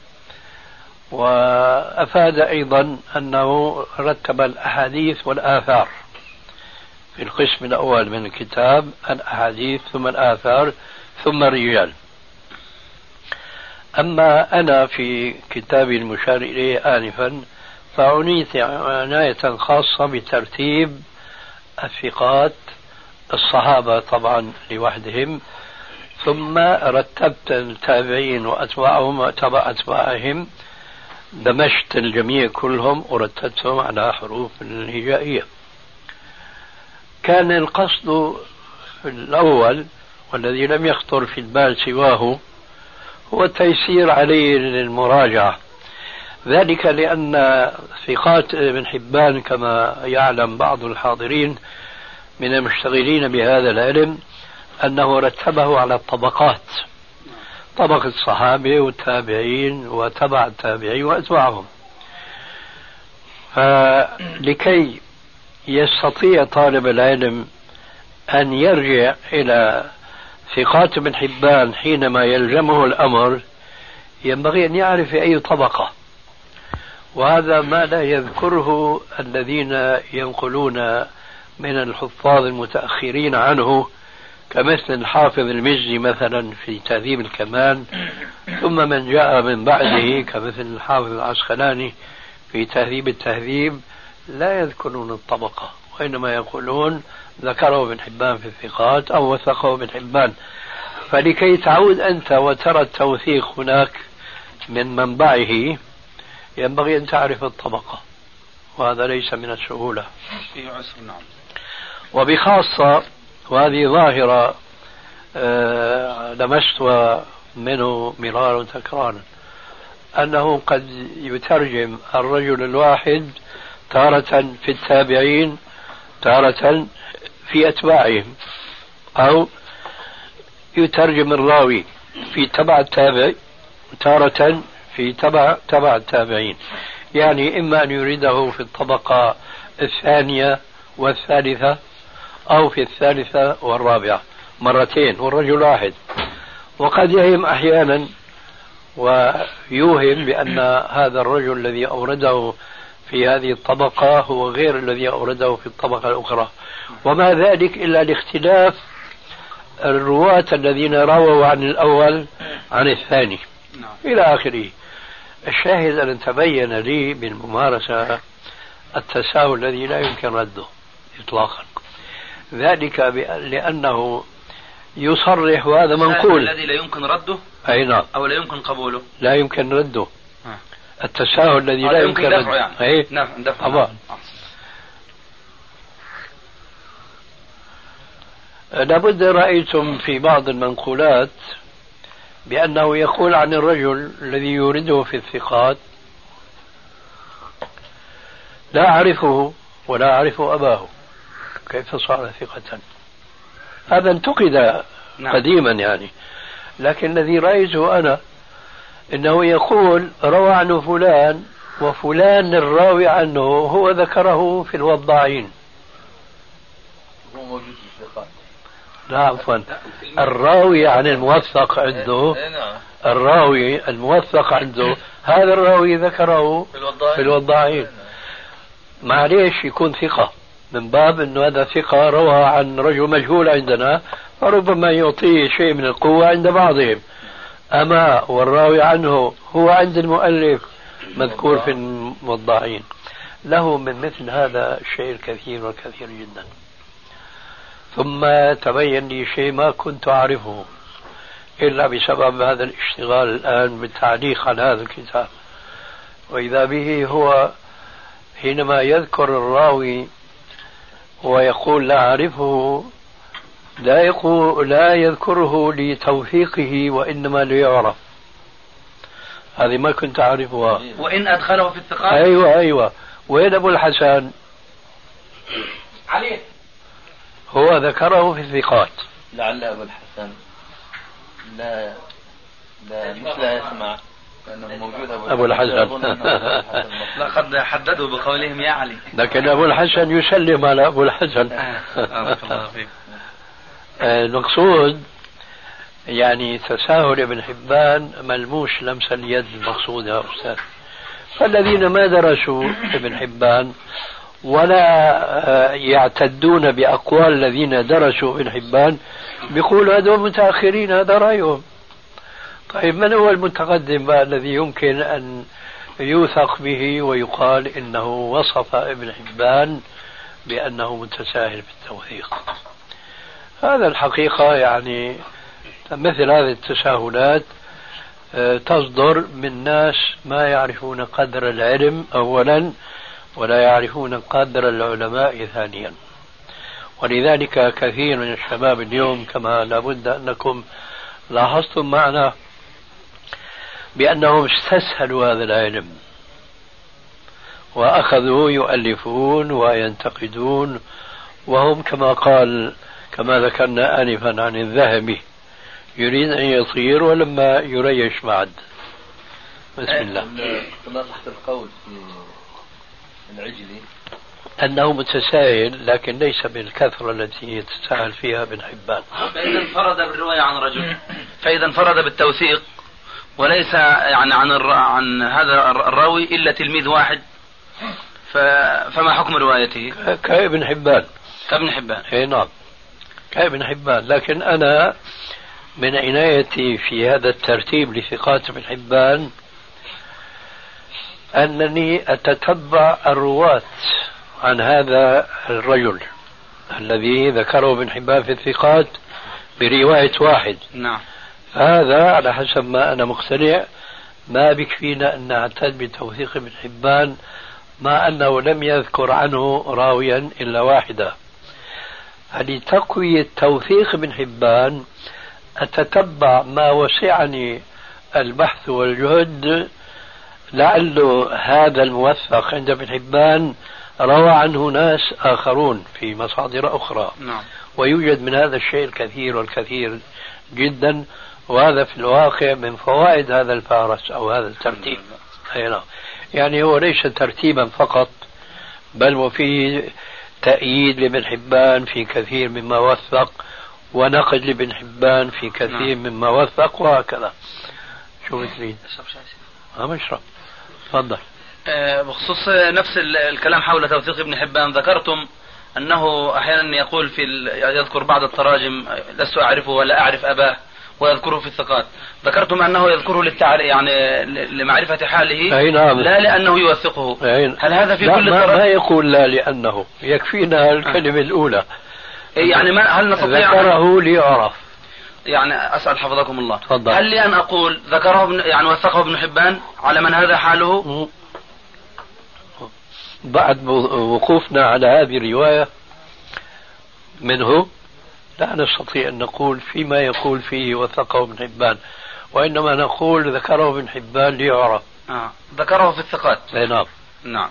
وأفاد أيضا أنه رتب الأحاديث والآثار في القسم الأول من الكتاب، الأحاديث ثم الآثار ثم الرجال. أما أنا في كتابي المشار إليه آنفا فعنيت عناية خاصة بترتيب الثقات الصحابة طبعا لوحدهم، ثم رتبت التابعين وأتباعهم وأتباع أتباعهم، دمجت الجميع كلهم ورتبتهم على حروف الهجائية. كان القصد الأول والذي لم يخطر في البال سواه هو التيسير عليه للمراجعة، ذلك لأن ثقات ابن حبان كما يعلم بعض الحاضرين من المشتغلين بهذا العلم أنه رتبه على الطبقات، طبقة الصحابة والتابعين وتبع التابعين وأتباعهم. فلكي يستطيع طالب العلم أن يرجع إلى ثقات ابن حبان حينما يلزمه الأمر ينبغي أن يعرف في أي طبقة، وهذا ما لا يذكره الذين ينقلون من الحفاظ المتأخرين عنه كمثل الحافظ المزي مثلا في تهذيب الكمال، ثم من جاء من بعده كمثل الحافظ العسقلاني في تهذيب التهذيب لا يذكرون الطبقة، وإنما يقولون ذكره ابن حبان في الثقات أو وثقه ابن حبان. فلكي تعود أنت وترى التوثيق هناك من منبعه ينبغي أن تعرف الطبقة، وهذا ليس من السهولة في عسر. نعم. وبخاصة وهذه ظاهرة لمست منه مرارا وتكرارا أنه قد يترجم الرجل الواحد تارة في التابعين تارة في أتباعهم، أو يترجم الراوي في تبع التابع تارة في تبع التابعين، يعني إما أن يريده في الطبقة الثانية والثالثة أو في الثالثة والرابعة مرتين والرجل واحد. وقد يهم أحيانا ويوهم بأن هذا الرجل الذي أورده في هذه الطبقة هو غير الذي أورده في الطبقة الأخرى، وما ذلك إلا لاختلاف الرواة الذين رووا عن الأول عن الثاني إلى آخره. الشاهد أن تبين لي بالممارسة التساهل الذي لا يمكن رده إطلاقا، ذلك لأنه يصرح، وهذا منقول، الذي لا يمكن رده أي نعم، أو لا يمكن قبوله، لا يمكن رده. التساهل الذي لا يمكن رده يعني. أي نعم دفعه. طبعا. لابد رأيتم في بعض المنقولات بأنه يقول عن الرجل الذي يورده في الثقات: لا أعرفه ولا أعرف أباه، كيف صار ثقة؟ هذا انتقد قديما يعني، لكن الذي رأيته أنا إنه يقول روى عنه فلان، وفلان الراوي عنه هو ذكره في الوضاعين. هو موجود في الثقات. لا عفوا، الراوي عن الموثق عنده، الراوي الموثق عنده هذا الراوي ذكره في الوضاعين. معليش يكون ثقة من باب أنه هذا ثقة روى عن رجل مجهول عندنا، فربما يعطيه شيء من القوة عند بعضهم، أما والراوي عنه هو عند المؤلف مذكور في الموضاعين. له من مثل هذا الشيء الكثير والكثير جدا. ثم تبين لي شيء ما كنت أعرفه إلا بسبب هذا الاشتغال الآن بالتعليق على هذا الكتاب، وإذا به هو حينما يذكر الراوي ويقول لا أعرفه لا يذكره لتوثيقه وإنما ليعرف. هذه ما كنت أعرفها. وإن أدخله في الثقات. أيوة. وين أبو الحسن؟ عليه هو ذكره في الثقات. لعل أبو الحسن لا مثل يسمع لأنه موجود أبو الحسن. لقد حددوا بقولهم يا علي، لكن أبو الحسن يسلم على أبو الحسن. المقصود يعني تساهل ابن حبان ملموس لمس اليد المقصود يا أستاذ. فالذين ما درسوا ابن حبان ولا يعتدون بأقوال الذين درسوا ابن حبان بيقولوا هذول متأخرين، هذا رأيهم. طيب من هو المتقدم بقى الذي يمكن أن يوثق به ويقال إنه وصف ابن حبان بأنه متساهل في التوثيق؟ هذا الحقيقة يعني مثل هذه التساهلات تصدر من ناس ما يعرفون قدر العلم أولا، ولا يعرفون قدر العلماء ثانيا. ولذلك كثير من الشباب اليوم كما لابد أنكم لاحظتم معنا بأنهم استسهلوا هذا العلم وأخذوا يؤلفون وينتقدون، وهم كما ذكرنا آنفا عن الذهبي يريد أن يطير ولما يريش معد. بسم الله. تحت القول في العجلي أنه متساهل لكن ليس بالكثرة التي يتساهل فيها ابن حبان. فإذا انفرد بالرواية عن رجل، فإذا انفرد بالتوثيق وليس يعني عن هذا الراوي إلا تلميذ واحد، فما حكم روايته؟ كابن حبان. كابن حبان. اي نعم كابن حبان. لكن أنا من عنايتي في هذا الترتيب لثقات ابن حبان أنني أتتبع الرواة عن هذا الرجل الذي ذكره ابن حبان في الثقات برواية واحد. نعم. هذا على حسب ما أنا مقتنع ما بكفينا أن نعتد بتوثيق ابن حبان مع أنه لم يذكر عنه راويا إلا واحدا. لتقوية توثيق ابن حبان أتتبع ما وسعني البحث والجهد، لعل هذا الموثق عند ابن حبان روى عنه ناس آخرون في مصادر أخرى. نعم. ويوجد من هذا الشيء الكثير والكثير جدا، وهذا في الواقع من فوائد هذا الفارس أو هذا الترتيب. يعني هو ليس ترتيبا فقط، بل وفيه تأييد لابن حبان في كثير مما وثق، ونقد لابن حبان في كثير مما وثق، وهكذا. شو بتريد؟ اشرب. تفضل. بخصوص نفس الكلام حول توثيق ابن حبان، ذكرتم أنه أحيانا يقول يذكر بعض التراجم لست أعرفه ولا أعرف أباه ويذكره في الثقات. ذكرتم أنه يذكره يعني لمعرفة حاله نعم. لا لأنه يوثقه. هل هذا في كل ما يقول لا لأنه يكفينا الكلمة الأولى يعني هل نستطيع ذكره ليعرف؟ يعني أسأل حفظكم الله، تفضل. هل لي أن أقول ذكره يعني وثقه ابن حبان على من هذا حاله؟ بعد وقوفنا على هذه الرواية منه لا نستطيع أن نقول فيما يقول فيه وثقه ابن حبان، وإنما نقول ذكره ابن حبان ليعرف. ذكره في الثقات. نعم. نعم.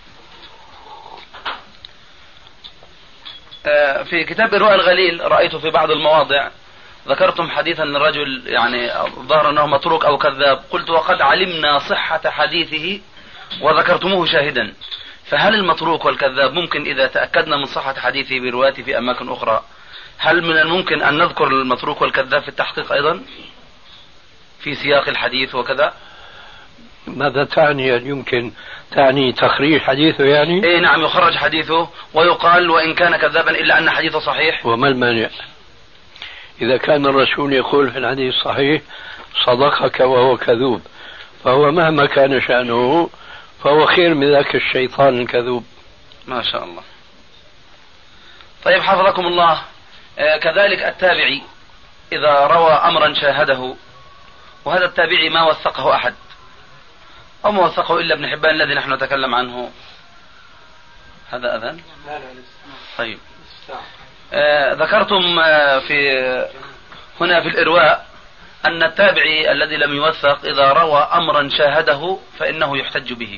في كتاب إرواء الغليل رأيت في بعض المواضع ذكرتم حديثا أن الرجل يعني ظهر أنه متروك أو كذاب، قلت وقد علمنا صحة حديثه وذكرتموه شاهدا، فهل المتروك والكذاب ممكن إذا تأكدنا من صحة حديثه بروايته في أماكن أخرى هل من الممكن أن نذكر المتروك والكذاب في التحقيق أيضا في سياق الحديث وكذا؟ ماذا تعني؟ يمكن تعني تخريج حديثه يعني؟ إيه نعم، يخرج حديثه ويقال وإن كان كذابا إلا أن حديثه صحيح. وما المانع؟ إذا كان الرسول يقول في الحديث الصحيح صدقك وهو كذوب، فهو مهما كان شأنه فهو خير من ذاك الشيطان الكذوب. ما شاء الله. طيب حفظكم الله، كذلك التابعي إذا روى أمرا شاهده وهذا التابعي ما وثقه أحد أو ما وثقه إلا ابن حبان الذي نحن نتكلم عنه، هذا أذان؟ لا طيب. ذكرتم هنا في الإرواء أن التابعي الذي لم يوثق إذا روى أمرا شاهده فإنه يحتج به.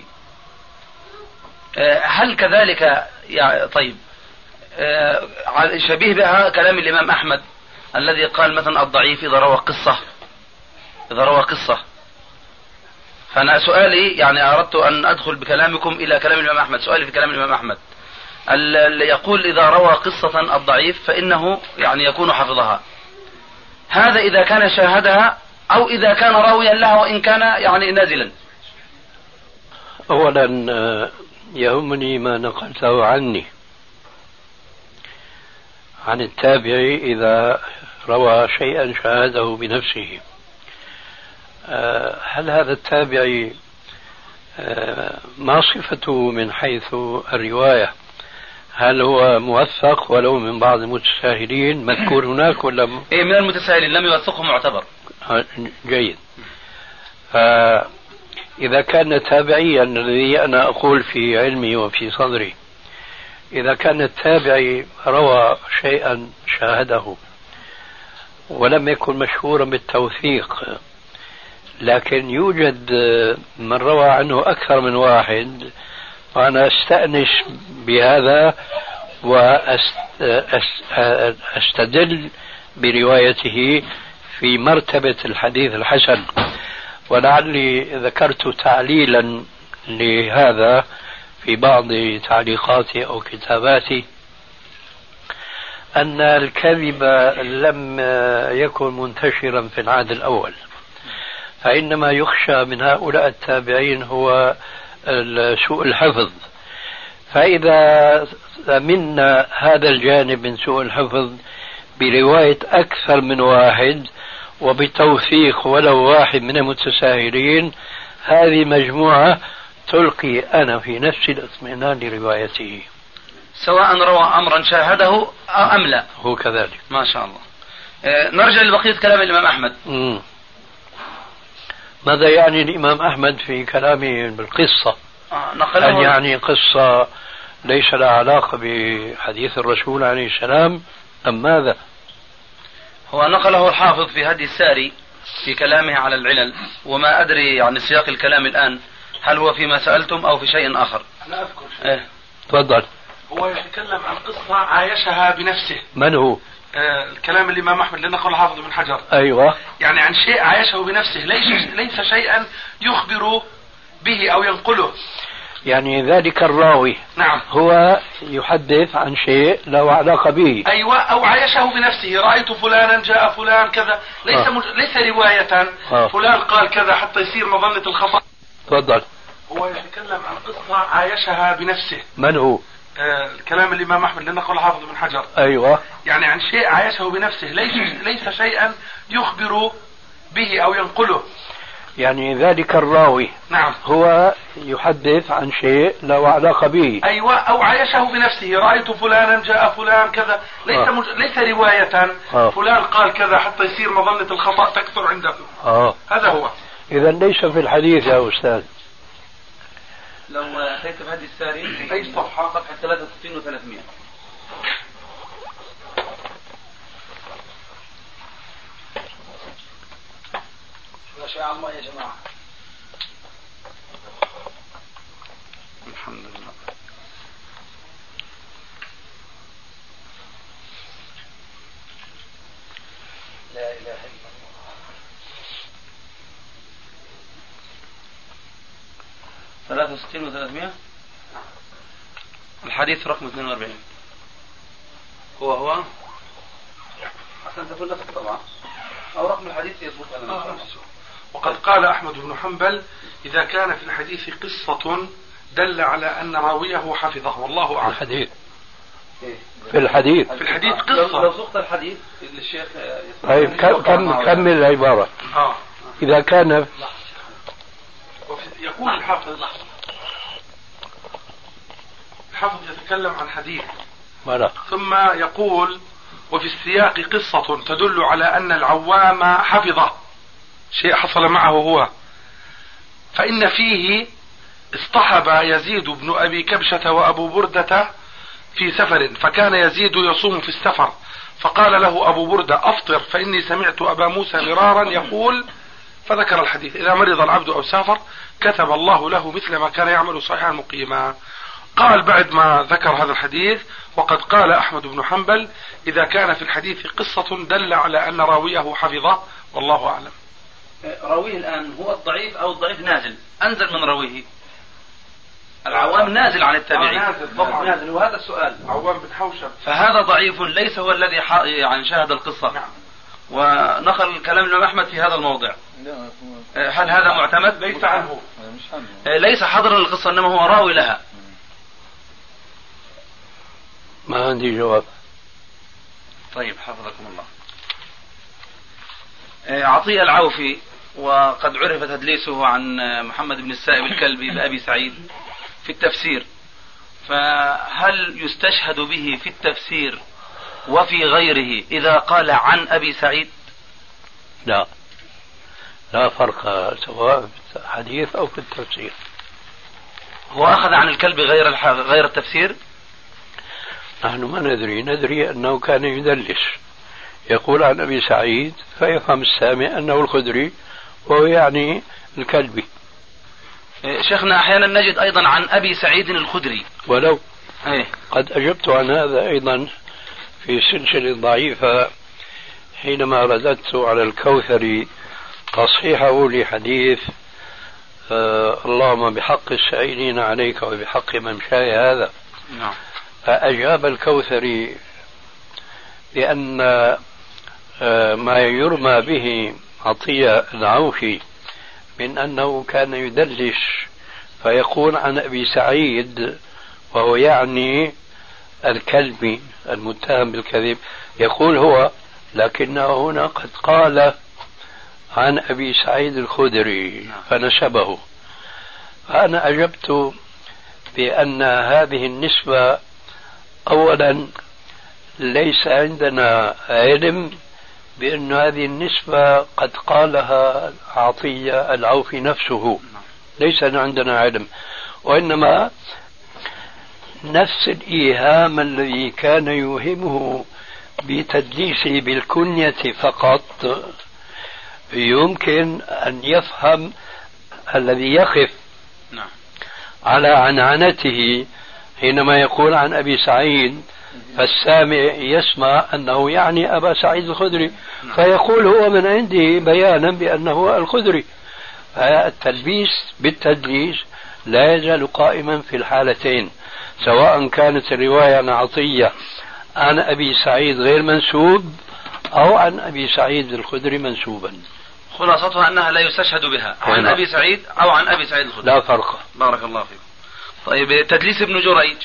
هل كذلك يعني طيب شبيه بها كلام الإمام أحمد الذي قال مثلا الضعيف إذا روى قصة. فأنا سؤالي يعني أردت أن أدخل بكلامكم إلى كلام الإمام أحمد. سؤالي في كلام الإمام أحمد اللي يقول إذا روى قصة الضعيف فإنه يعني يكون حفظها، هذا إذا كان شاهدها أو إذا كان راويا لها وإن كان يعني نازلا. أولا يهمني ما نقلته عني عن التابعي إذا روى شيئا شاهده بنفسه. هل هذا التابعي ما صفته من حيث الرواية؟ هل هو موثق ولو من بعض المتساهلين مذكور هناك ولا من المتساهلين لم يوثقه معتبر؟ جيد. فإذا كان تابعيا الذي أنا أقول في علمي وفي صدري، إذا كان التابعي روى شيئا شاهده ولم يكن مشهورا بالتوثيق لكن يوجد من روى عنه أكثر من واحد، وأنا أستأنس بهذا وأستدل بروايته في مرتبة الحديث الحسن. ولعلي ذكرت تعليلا لهذا في بعض تعليقاتي أو كتاباتي أن الكذب لم يكن منتشرا في العهد الأول، فإنما يخشى من هؤلاء التابعين هو سوء الحفظ. فإذا منا هذا الجانب من سوء الحفظ برواية أكثر من واحد وبتوثيق ولو واحد من المتساهلين، هذه مجموعة تلقي أنا في نفسي الاطمئنان لروايته سواء روى أمرا شاهده أم لا. هو كذلك. ما شاء الله. نرجع لبقية كلام الإمام أحمد. ماذا يعني الإمام أحمد في كلامه بالقصة؟ هل يعني قصة ليس لها علاقة بحديث الرسول عليه السلام أم ماذا؟ هو نقله الحافظ في هدي الساري في كلامه على العلل، وما أدري يعني سياق الكلام الآن هل هو فيما سألتم أو في شيء آخر. أنا أذكر تفضل. هو يتكلم عن قصة عايشها بنفسه. من هو؟ الكلام الإمام أحمد اللي نقله الحافظ بن حجر. أيوة. يعني عن شيء عايشه بنفسه، ليس شيئا يخبر به أو ينقله. يعني ذلك الراوي نعم هو يحدث عن شيء له علاقة به. أيوة، أو عايشه بنفسه، رأيت فلانا جاء فلان كذا، ليس رواية فلان قال كذا حتى يصير مظنة الخطأ. تفضل. هو يتكلم عن قصة عايشها بنفسه. من هو؟ الكلام الإمام أحمد اللي نقل حافظ بن حجر. أيوة. يعني عن شيء عايشه بنفسه، ليس شيئا يخبر به أو ينقله. يعني ذلك الراوي نعم هو يحدث عن شيء له علاقة به. أيوة، أو عايشه بنفسه، رأيت فلانا جاء فلان كذا، ليس رواية فلان قال كذا حتى يصير مظنة الخطأ تكثر عنده. هذا هو. إذا ليس في الحديث يا أستاذ. لو أتيت بهدي الساري أي صفحة؟ صفحة 63 و300. شاء الله يا جماعة. الحمد لله. لا إله إلا الله. ثلاثة وستين و300. الحديث رقم 42. هو حسن تقول لك طبعا أو رقم الحديث يضبط على وقد قال أحمد بن حنبل: إذا كان في الحديث قصة دل على أن راويه حفظه، والله أعلم. الحديث في الحديث قصة. لو سقط الحديث للشيخ. طيب كمل العبارة. إذا كان يقول الحافظ يتكلم عن حديث ثم يقول: وفي السياق قصة تدل على أن العوام حفظه، شيء حصل معه هو، فإن فيه اصطحب يزيد بن أبي كبشة وأبو بردة في سفر، فكان يزيد يصوم في السفر، فقال له أبو بردة: أفطر فإني سمعت أبا موسى مرارا يقول، فذكر الحديث: إذا مرض العبد أو سافر كتب الله له مثل ما كان يعمل صحيحا مقيما. قال بعد ما ذكر هذا الحديث: وقد قال أحمد بن حنبل: إذا كان في الحديث قصة دل على أن راويه حفظه، والله أعلم. راويه الآن هو الضعيف أو الضعيف نازل، أنزل من راويه. العوام نازل عن التابعين. نازل، وهذا السؤال. عوام بن حوشب. فهذا ضعيف ليس هو الذي يعني شاهد القصة. نعم. ونقل كلام الإمام أحمد في هذا الموضع. هل هذا معتمد؟ ليس عنه. ليس حضرا للقصة، إنما هو راوي لها. ما عندي جواب. طيب حفظكم الله. عطية العوفي، وقد عرف تدليسه عن محمد بن السائب الكلبي بأبي سعيد في التفسير، فهل يستشهد به في التفسير وفي غيره إذا قال عن أبي سعيد؟ لا فرق سواء في الحديث أو في التفسير. هو أخذ عن الكلب غير التفسير؟ نحن ما ندري أنه كان يدلس، يقول عن أبي سعيد فيفهم السامع أنه الخدري وهو يعني الكلبي. شيخنا أحيانا نجد أيضا عن أبي سعيد الخدري، ولو قد أجبت عن هذا أيضا في سلسلة ضعيفة حينما رددت على الكوثري تصحيحه لحديث اللهم بحق السائلين عليك وبحق ممشاي هذا. نعم. فأجاب الكوثري بأن ما يرمى به عطية العوفي من أنه كان يدلس فيقول عن أبي سعيد وهو يعني الكلبي المتهم بالكذب، يقول هو، لكنه هنا قد قال عن أبي سعيد الخدري فنسبه. فأنا أجبت بأن هذه النسبة أولا ليس عندنا علم بأن هذه النسبة قد قالها عطية العوفي نفسه، ليس عندنا علم، وإنما نفس الإيهام الذي كان يوهمه بتدليسه بالكنية فقط يمكن أن يفهم الذي يخف على عنعنته حينما يقول عن أبي سعيد، فالسامع يسمع أنه يعني أبا سعيد الخدري فيقول هو من عنده بيانا بأنه الخدري. التلبيس بالتدليس لا يزال قائما في الحالتين، سواء كانت الرواية عن عطية عن أبي سعيد غير منسوب أو عن أبي سعيد الخدري منسوبا. خلاصتها أنها لا يستشهد بها عن أبي سعيد أو عن أبي سعيد الخدري، لا فرق. بارك الله فيكم. طيب تدليس ابن جريج،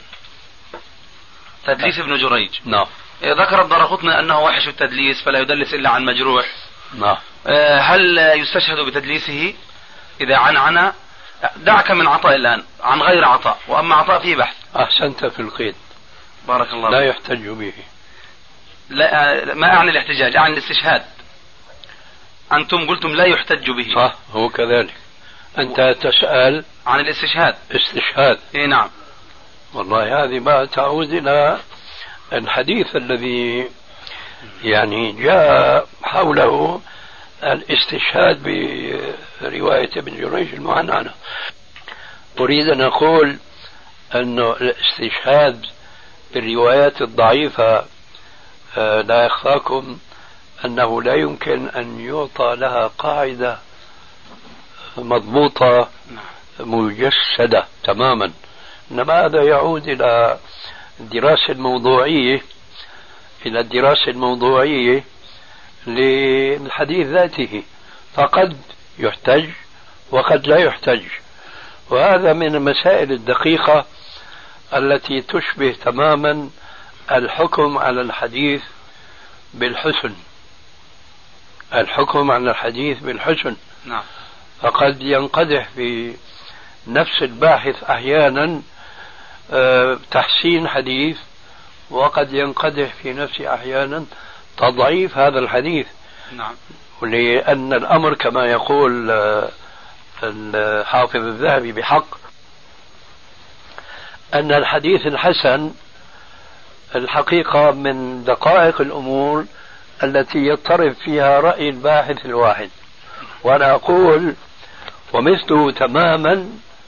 تدليس ابن جريج نعم، ذكر الدارقطني أنه وحش التدليس فلا يدلس إلا عن مجروح. نعم. هل يستشهد بتدليسه إذا عن دعك من عطاء الآن عن غير عطاء، وأما عطاء فيه بحث. أحسنت في القيد، بارك الله لا يحتج به. لا، ما أعني الاحتجاج، أعني الاستشهاد. أنتم قلتم لا يحتج به. صح، هو كذلك. أنت تسأل عن الاستشهاد. استشهاد. إيه نعم. والله هذه ما تعود إلى الحديث الذي يعني جاء حوله الاستشهاد برواية ابن جريج المعنعنة. أريد أن أقول أن الاستشهاد بالروايات الضعيفة لا يخفاكم أنه لا يمكن أن يعطى لها قاعدة مضبوطة مجسدة تماما، إنما هذا يعود إلى الدراسة الموضوعية، إلى الدراسة الموضوعية للحديث ذاته، فقد يحتج وقد لا يحتج. وهذا من المسائل الدقيقة التي تشبه تماما الحكم على الحديث بالحسن، الحكم على الحديث بالحسن. نعم. فقد ينقدح في نفس الباحث أحيانا تحسين حديث، وقد ينقدح في نفسه أحيانا تضعيف هذا الحديث. نعم. لأن الأمر كما يقول الحافظ الذهبي بحق أن الحديث الحسن الحقيقة من دقائق الأمور التي يضطرب فيها رأي الباحث الواحد. وأنا أقول ومثله تماما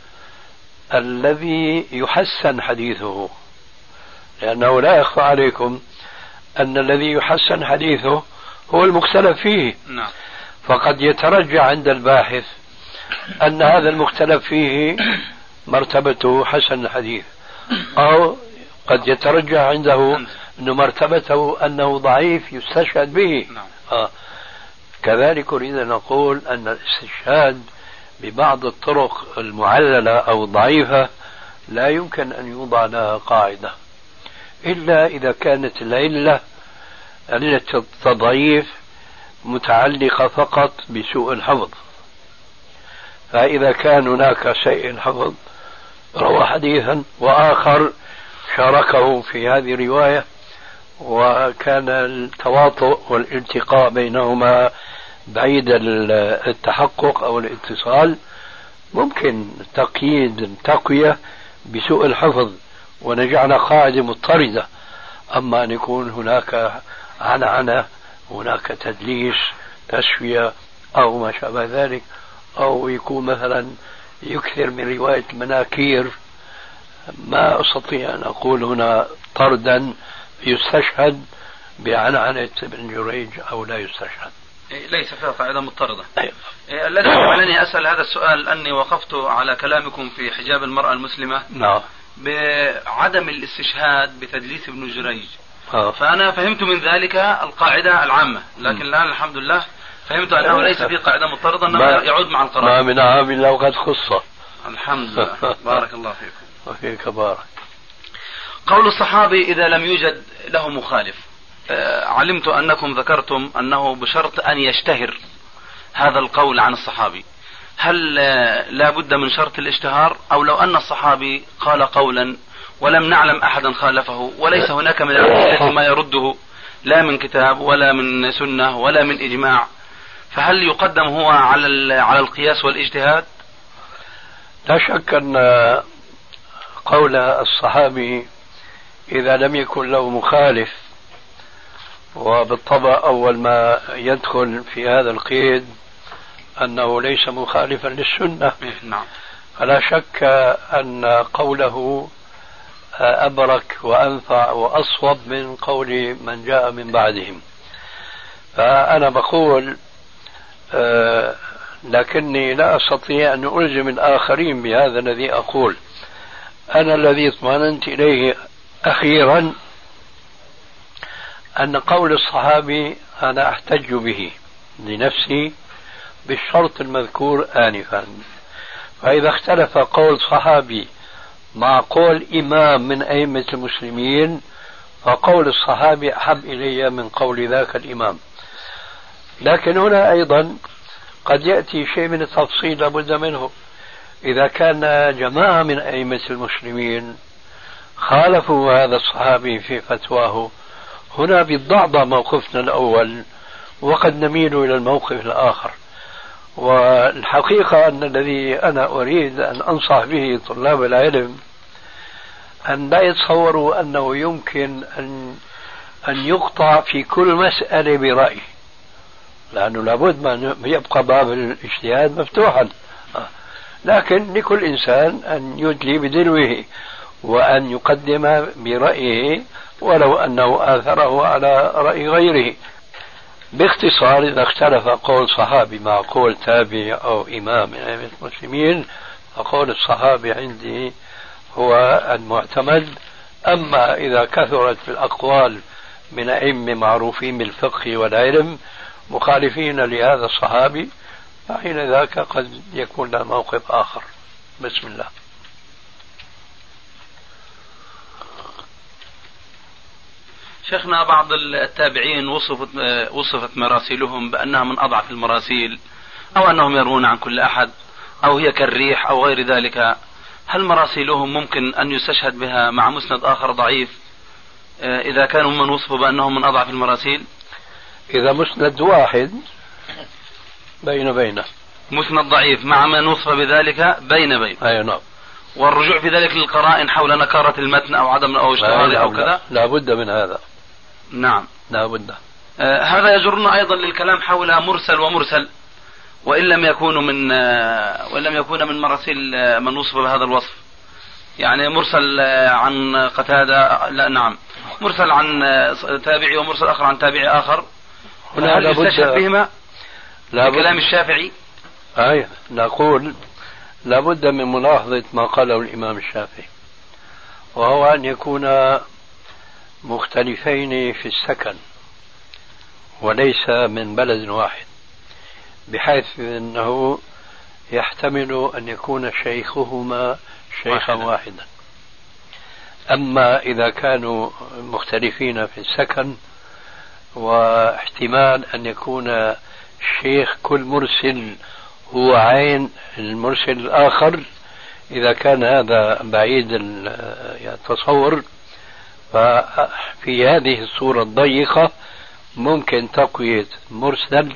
الذي يحسن حديثه، لأنه لا يخفى عليكم أن الذي يحسن حديثه هو المختلف فيه. نعم. فقد يترجع عند الباحث أن هذا المختلف فيه مرتبته حسن الحديث، أو قد يترجع عنده أن مرتبته أنه ضعيف يستشهد به. نعم. كذلك أريد أن أقول أن الاستشهاد ببعض الطرق المعللة أو الضعيفة لا يمكن أن يوضع لها قاعدة إلا إذا كانت العلة التضعيف متعلقة فقط بسوء الحفظ. فإذا كان هناك سيء الحفظ روى حديثا وآخر شاركه في هذه الرواية وكان التواطؤ والالتقاء بينهما بعيد التحقق أو الاتصال، ممكن تقييد تقوية بسوء الحفظ ونجعل قاعدة مضطردة. أما أن يكون هناك عنعنة، هناك تدليس، تسوية أو ما شابه ذلك، أو يكون مثلا يكثر من رواية المناكير، ما أستطيع أن أقول هنا طردا يستشهد بعنعنة ابن جريج أو لا يستشهد. ليس فيها قاعدة مضطردة. الذي جعلني أسأل هذا السؤال أني وقفت على كلامكم في حجاب المرأة المسلمة. نعم. بعدم الاستشهاد بتدليس ابن جريج. فأنا فهمت من ذلك القاعدة العامة، لكن الآن الحمد لله فهمت أنه ليس في قاعدة مضطردة، أنه يعود مع القرار. ما من عام إلا وقد خص. الحمد لله. بارك الله فيكم. وفيك بارك. قول الصحابي إذا لم يوجد له مخالف، علمت أنكم ذكرتم أنه بشرط أن يشتهر هذا القول عن الصحابي. هل لا بد من شرط الاشتهار، أو لو أن الصحابي قال قولا ولم نعلم أحدا خالفه وليس هناك من الأدلة ما يرده لا من كتاب ولا من سنة ولا من إجماع، فهل يقدم هو على القياس والاجتهاد؟ لا شك أن قول الصحابي إذا لم يكن له مخالف، وبالطبع أول ما يدخل في هذا القيد أنه ليس مخالفا للسنة. نعم. فلا شك أن قوله أبرك وأنفع وأصوب من قول من جاء من بعدهم. فأنا بقول لكني لا أستطيع أن ألزم الآخرين بهذا الذي أقول. أنا الذي اطمأننت إليه أخيرا أن قول الصحابي أنا أحتج به لنفسي بالشرط المذكور آنفا. فإذا اختلف قول صحابي مع قول إمام من أئمة المسلمين فقول الصحابي أحب إلي من قول ذاك الإمام. لكن هنا أيضا قد يأتي شيء من التفصيل لابد منه. إذا كان جماعة من أئمة المسلمين خالفوا هذا الصحابي في فتواه، هنا بالضعضة موقفنا الأول وقد نميل إلى الموقف الآخر. والحقيقة أن الذي أنا أريد أن أنصح به طلاب العلم أن لا يتصوروا أنه يمكن أن يقطع في كل مسألة برأي، لأنه لابد أن يبقى باب الاجتهاد مفتوحا، لكن لكل إنسان أن يدلي بدلوه وأن يقدم برأيه ولو أنه آثره على رأي غيره. باختصار إذا اختلف قول صحابي مع قول تابعي أو إمام من أئمة المسلمين فقول الصحابي عندي هو المعتمد. أما إذا كثرت في الأقوال من أئمة معروفين بالفقه والعلم مخالفين لهذا الصحابي فحين ذاك قد يكون له موقف آخر. بسم الله. شيخنا، بعض التابعين وصفت مراسيلهم بأنها من أضعف المراسيل، أو أنهم يروون عن كل أحد، أو هي كالريح أو غير ذلك. هل مراسيلهم ممكن أن يستشهد بها مع مسند آخر ضعيف إذا كانوا من وصفوا بأنهم من أضعف المراسيل؟ إذا مسند واحد بين مسند ضعيف مع من وصف بذلك بين أي نعم. والرجوع في ذلك للقرائن حول نكارة المتن أو عدم أو اشتراطه أو كذا لا بد من هذا. نعم لا بد. هذا يجرنا أيضا للكلام حول مرسل ومرسل، وإن لم يكون من مراسيل من وصف بهذا الوصف. يعني مرسل عن قتادة، لا نعم، مرسل عن تابعي ومرسل آخر عن تابعي آخر. هنا هل يستشهد بهما بكلام الشافعي؟ نقول لابد من ملاحظة ما قاله الإمام الشافعي، وهو أن يكون مختلفين في السكن وليس من بلد واحد، بحيث أنه يحتمل أن يكون شيخهما شيخا واحدا. أما إذا كانوا مختلفين في السكن واحتمال أن يكون شيخ كل مرسل هو عين المرسل الآخر، إذا كان هذا بعيد التصور ففي هذه الصورة الضيقة ممكن تقوية مرسل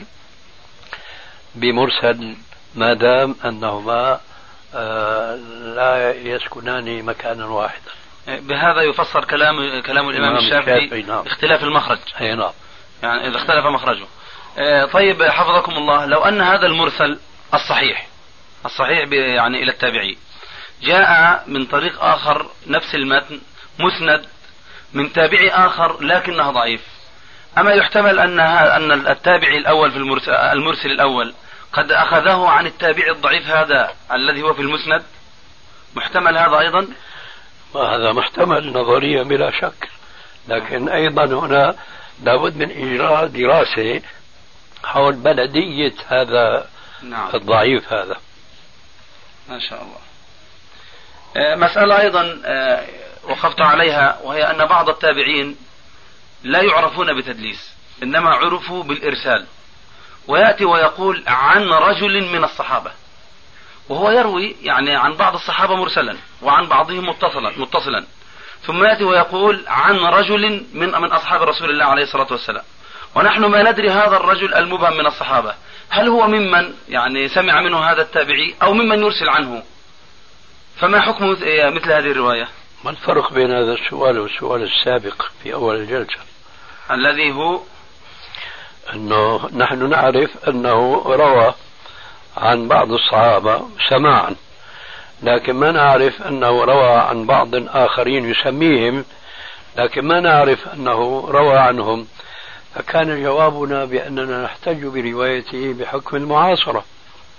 بمرسل ما دام أنهما لا يسكنان مكانا واحدا. بهذا يفسر كلام الإمام الشافعي اختلاف المخرج. نعم. يعني إذا اختلف مخرجه. طيب حفظكم الله، لو أن هذا المرسل الصحيح يعني إلى التابعي جاء من طريق آخر نفس المتن مسند من تابعي آخر لكنه ضعيف، أما يحتمل أن التابعي الأول في المرسل الأول قد أخذه عن التابعي الضعيف هذا الذي هو في المسند؟ محتمل هذا أيضا؟ هذا محتمل نظريا بلا شك، لكن أيضا هنا لابد من إجراء دراسة حول بلدية هذا الضعيف هذا. ما شاء الله. مسألة أيضا وقفت عليها، وهي أن بعض التابعين لا يعرفون بتدليس، إنما عرفوا بالإرسال، ويأتي ويقول عن رجل من الصحابة، وهو يروي يعني عن بعض الصحابة مرسلا وعن بعضهم متصلا، ثم يأتي ويقول عن رجل من أصحاب رسول الله عليه الصلاة والسلام، ونحن ما ندري هذا الرجل المبهم من الصحابة هل هو ممن يعني سمع منه هذا التابعي أو ممن يرسل عنه، فما حكم مثل هذه الرواية؟ ما الفرق بين هذا السؤال والسؤال السابق في أول الجلسة الذي هو أنه نحن نعرف أنه روى عن بعض الصحابة سماعا، لكن ما نعرف أنه روى عن بعض آخرين يسميهم، لكن ما نعرف أنه روى عنهم، فكان جوابنا بأننا نحتج بروايته بحكم المعاصرة.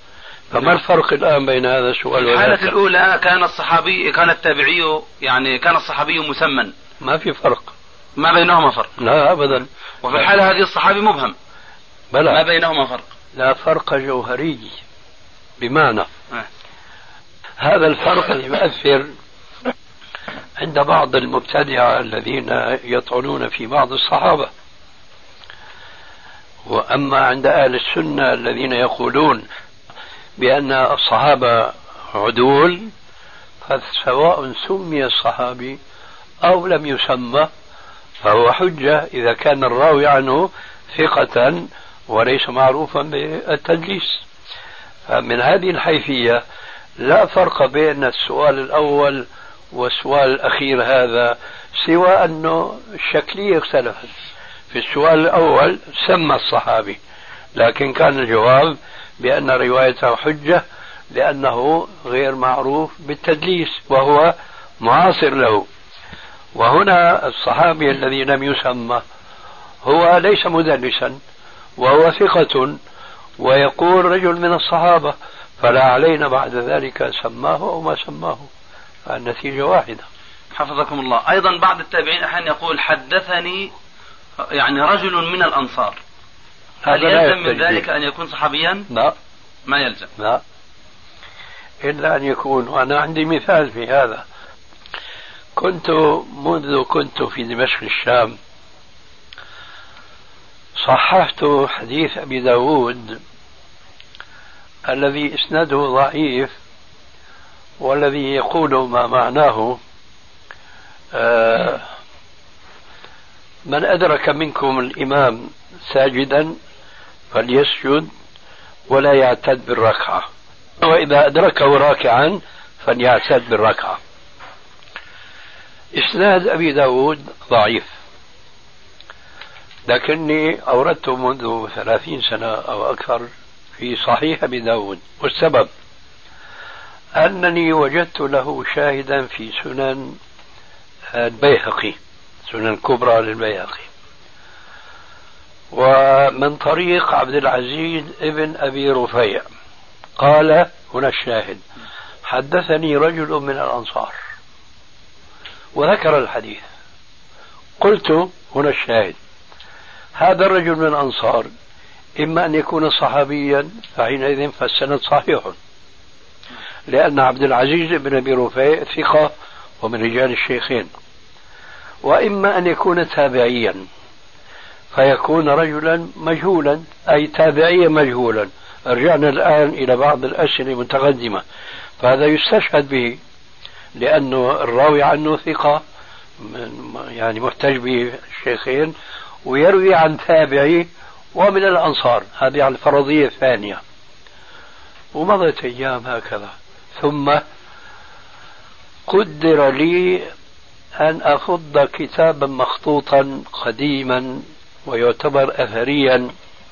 فما الفرق الآن بين هذا السؤال والآخر؟ الحالة الأولى كان التابعي يعني كان الصحابي مسمى، ما في فرق، ما بينهما فرق. لا أبدا. وفي الحالة هذه الصحابي مبهم، بلى ما بينهما فرق، لا فرق جوهري. بمعنى هذا الفرق يؤثر عند بعض المبتدعة الذين يطعنون في بعض الصحابة، وأما عند أهل السنة الذين يقولون بأن الصحابة عدول، فسواء سمي الصحابي أو لم يسمى فهو حجة إذا كان الراوي عنه ثقة وليس معروفا بالتدليس. فمن هذه الحيثية لا فرق بين السؤال الأول والسؤال الأخير هذا، سوى أنه الشكلية اختلفت. في السؤال الأول سمى الصحابي، لكن كان الجواب بأن روايته حجة لأنه غير معروف بالتدليس وهو معاصر له. وهنا الصحابي الذي لم يسمى هو ليس مدلسا وهو ثقة ويقول رجل من الصحابة، فلا علينا بعد ذلك سماه أو ما سماه، النتيجة واحدة. حفظكم الله. أيضا بعض التابعين أحيانا يقول حدثني يعني رجل من الأنصار، هل يلزم من ذلك أن يكون صحابيا؟ لا، ما يلزم، لا، إلا أن يكون. وأنا عندي مثال في هذا. منذ كنت في دمشق الشام صححت حديث أبي داود الذي إسناده ضعيف، والذي يقول ما معناه من أدرك منكم الإمام ساجدا فليسجد ولا يعتد بالركعة، وإذا أدركه راكعا فليعتد بالركعة. إسناد أبي داود ضعيف، لكني أوردته منذ 30 سنة أو أكثر في صحيح أبي داود، والسبب أنني وجدت له شاهدا في سنن البيهقي، سنن كبرى للبيهقي، ومن طريق عبد العزيز ابن أبي رفيع قال هنا الشاهد حدثني رجل من الأنصار وذكر الحديث. قلت هنا الشاهد هذا الرجل من الأنصار إما أن يكون صحابيا فحينئذ فالسند صحيح، لأن عبد العزيز بن أبي رفيع ثقة ومن رجال الشيخين، وإما أن يكون تابعيا فيكون رجلا مجهولا، أي تابعيا مجهولا. رجعنا الآن إلى بعض الأسئلة المتقدمة، فهذا يستشهد به لأنه الراوي عنه ثقة يعني محتج به الشيخين، ويروي عن تابعي ومن الأنصار، هذه على الفرضية الثانية. ومضت أيام هكذا، ثم قدر لي أن أفض كتابا مخطوطا قديما ويعتبر أثريا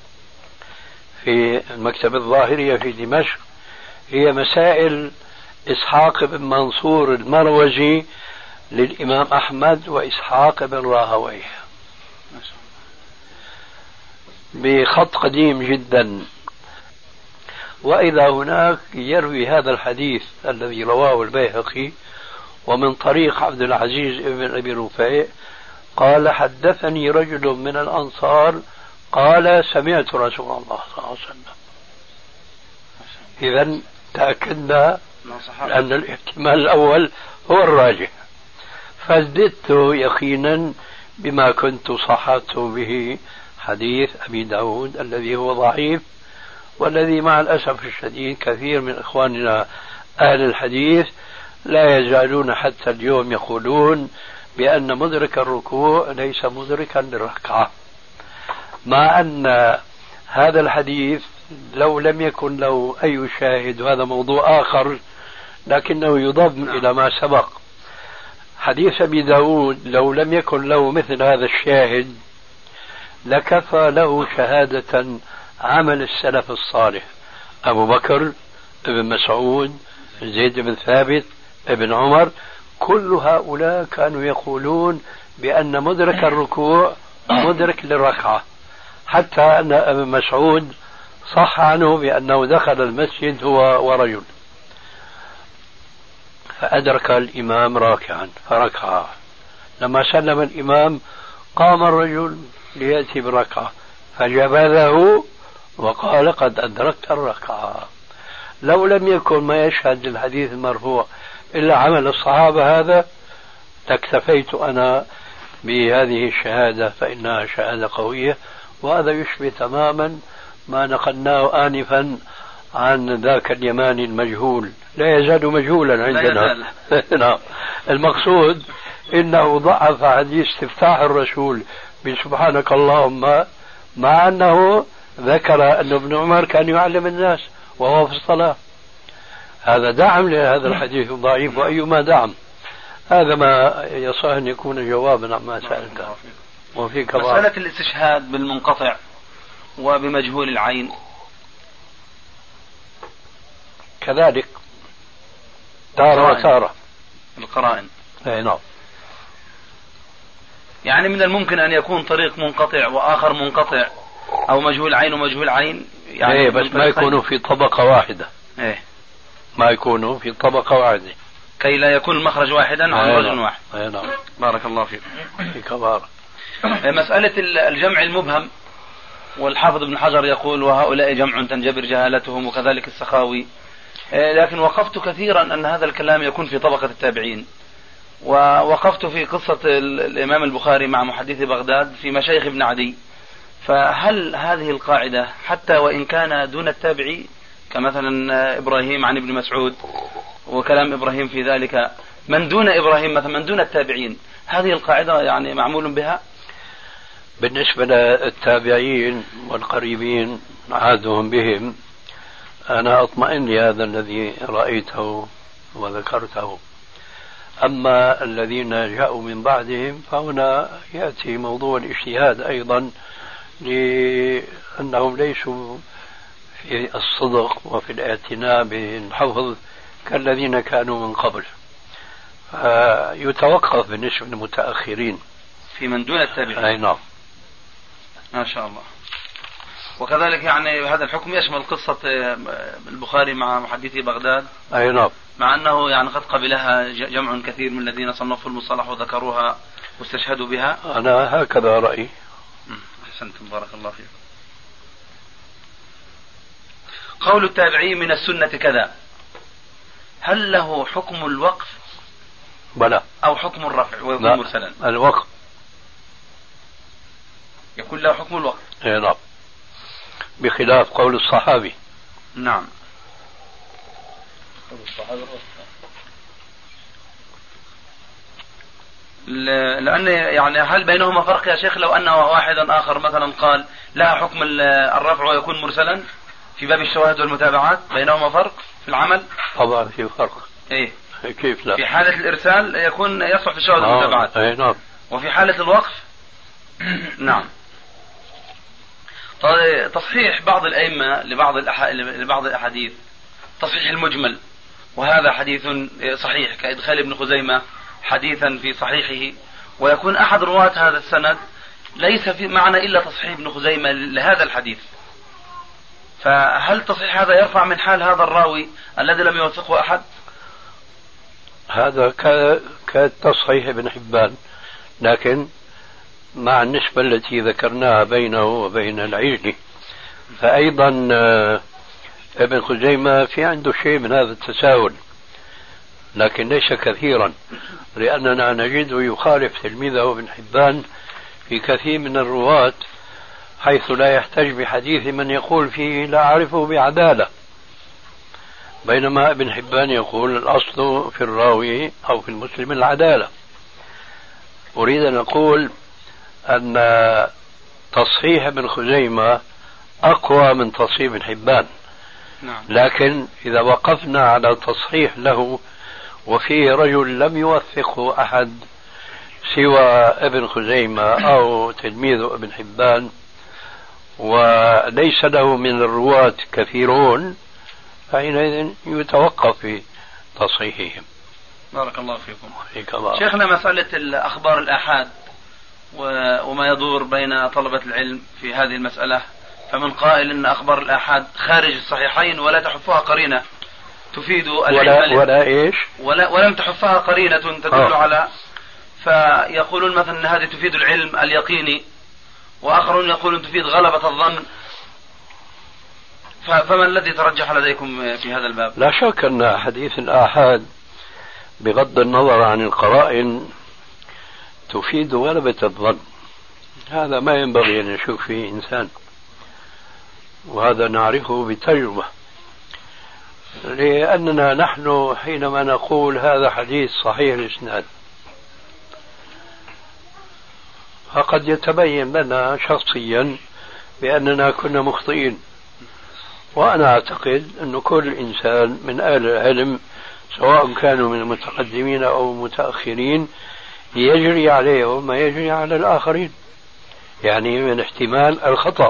في المكتبة الظاهرية في دمشق، هي مسائل إسحاق بن منصور المروزي للإمام أحمد وإسحاق بن راهويه، بخط قديم جدا. وإذا هناك يروي هذا الحديث الذي رواه البيهقي ومن طريق عبد العزيز بن أبي رفيع قال حدثني رجل من الأنصار قال سمعت رسول الله صلى الله عليه وسلم. إذن تأكدنا أن الاحتمال الأول هو الراجح، فازددت يقينا بما كنت صححت به حديث أبي داود الذي هو ضعيف، والذي مع الأسف الشديد كثير من إخواننا أهل الحديث لا يزالون حتى اليوم يقولون بأن مدرك الركوع ليس مدركا للركعة، مع أن هذا الحديث لو لم يكن له أي شاهد، وهذا موضوع آخر، لكنه يضم إلى ما سبق. حديث أبي داود لو لم يكن له مثل هذا الشاهد لكفى له شهادة عمل السلف الصالح، أبو بكر، ابن مسعود، زيد بن ثابت، ابن عمر، كل هؤلاء كانوا يقولون بأن مدرك الركوع مدرك للركعة، حتى أن ابن مسعود صح عنه بأنه دخل المسجد هو ورجل، فأدرك الإمام راكعا فركع. لما سلم الإمام قام الرجل ليأتي بركعة فجبذه وقال قد أدركت الركعة. لو لم يكن ما يشهد للحديث المرفوع إلا عمل الصحابة هذا لاكتفيت أنا بهذه الشهادة، فإنها شهادة قوية. وهذا يشبه تماما ما نقلناه آنفا عن ذاك اليماني المجهول، لا يزال مجهولا عندنا. نعم. المقصود إنه ضعف حديث استفتاح الرسول بسبحانك اللهم، مع أنه ذكر أن ابن عمر كان يعلم الناس وهو في الصلاة. هذا دعم لهذا الحديث الضعيف، وأيما دعم. هذا ما يصح أن يكون جوابا عما سألت. وفي مسألة الاستشهاد بالمنقطع وبمجهول العين كذلك تارة وتارة القرائن. نعم. يعني من الممكن أن يكون طريق منقطع وآخر منقطع، أو مجهول عين ومجهول عين، يعني بس ما يكونوا في طبقة واحدة. ما يكونوا في طبقة واحدة كي لا يكون المخرج واحدا عن رجل واحد. نعم. بارك الله فيك. كبار. مسألة الجمع المبهم، والحافظ ابن حجر يقول وهؤلاء جمع تنجبر جهالتهم، وكذلك السخاوي. لكن وقفت كثيرا أن هذا الكلام يكون في طبقة التابعين، ووقفت في قصة الإمام البخاري مع محدث بغداد في مشايخ ابن عدي. فهل هذه القاعدة حتى وإن كان دون التابعي، كمثلا إبراهيم عن ابن مسعود وكلام إبراهيم في ذلك، من دون إبراهيم مثلا من دون التابعين، هذه القاعدة يعني معمول بها؟ بالنسبة للتابعين والقريبين عادهم بهم، أنا أطمئن لهذا الذي رأيته وذكرته. أما الذين جاءوا من بعدهم فهنا يأتي موضوع الاجتهاد أيضا، لأنهم ليسوا في الصدق وفي الاعتناء بالحفظ كالذين كانوا من قبل، يتوقف بالنسبة للمتأخرين في من دون التابعين. أي نعم. ما شاء الله. وكذلك يعني هذا الحكم يشمل قصة البخاري مع محدثي بغداد. أي نعم. مع أنه يعني قد قبلها جمع كثير من الذين صنفوا المصطلح وذكروها واستشهدوا بها. أنا هكذا رأيي. أحسنتم بارك الله فيكم. قول التابعي من السنة كذا، هل له حكم الوقف بلى أو حكم الرفع ويكون مرسلا؟ الوقف يكون له حكم الوقف. نعم، بخلاف قول الصحابي. نعم. لأن يعني هل بينهما فرق يا شيخ؟ لو أن واحدا آخر مثلا قال لها حكم الرفع ويكون مرسلا في باب الشواهد والمتابعات، بينهما فرق في العمل؟ طبعا في فرق. إيه؟ كيف لا؟ في حالة الإرسال يكون يصلح في الشواهد والمتابعات. نعم. وفي حالة الوقف نعم. تصحيح بعض الأئمة لبعض الأحاديث، تصحيح المجمل، وهذا حديث صحيح كإدخال ابن خزيمة حديثا في صحيحه، ويكون أحد رواة هذا السند ليس في معنى إلا تصحيح ابن خزيمة لهذا الحديث. فهل تصحيح هذا يرفع من حال هذا الراوي الذي لم يوثقه أحد؟ هذا كتصحيح ابن حبان، لكن مع النسبة التي ذكرناها بينه وبين العجلي، فأيضا ابن خزيمة في عنده شيء من هذا التساهل، لكن ليس كثيرا، لأننا نجده يخالف تلميذه ابن حبان في كثير من الرواة، حيث لا يحتج بحديث من يقول فيه لا أعرفه بعدالة، بينما ابن حبان يقول الأصل في الراوي أو في المسلم العدالة. أريد أن أقول أن تصحيح ابن خزيمة أقوى من تصحيح ابن حبان. لكن إذا وقفنا على تصحيح له وفيه رجل لم يوثقه أحد سوى ابن خزيمة أو تلميذ ابن حبان، وليس له من الرواة كثيرون، فحينئذ يتوقف في تصحيحهم. بارك الله فيكم. شيخنا، مسألة الأخبار الآحاد وما يدور بين طلبة العلم في هذه المسألة، فمن قائل أن أخبار الآحاد خارج الصحيحين ولا تحفها قرينة تفيد العلم ولا إيش ولم تحفها قرينة تدل على، فيقولون مثلا أن هذه تفيد العلم اليقيني، وآخرون يقولون تفيد غلبة الظن. فما الذي ترجح لديكم في هذا الباب؟ لا شك أن حديث الآحاد بغض النظر عن القرائن تفيد غلبة الظن، هذا ما ينبغي أن يشك فيه إنسان، وهذا نعرفه بالتجربة، لأننا نحن حينما نقول هذا حديث صحيح الإسناد فقد يتبين لنا شخصيا بأننا كنا مخطئين، وأنا أعتقد أن كل إنسان من أهل العلم سواء كانوا من المتقدمين أو المتأخرين يجري عليهم ما يجري على الآخرين، يعني من احتمال الخطأ.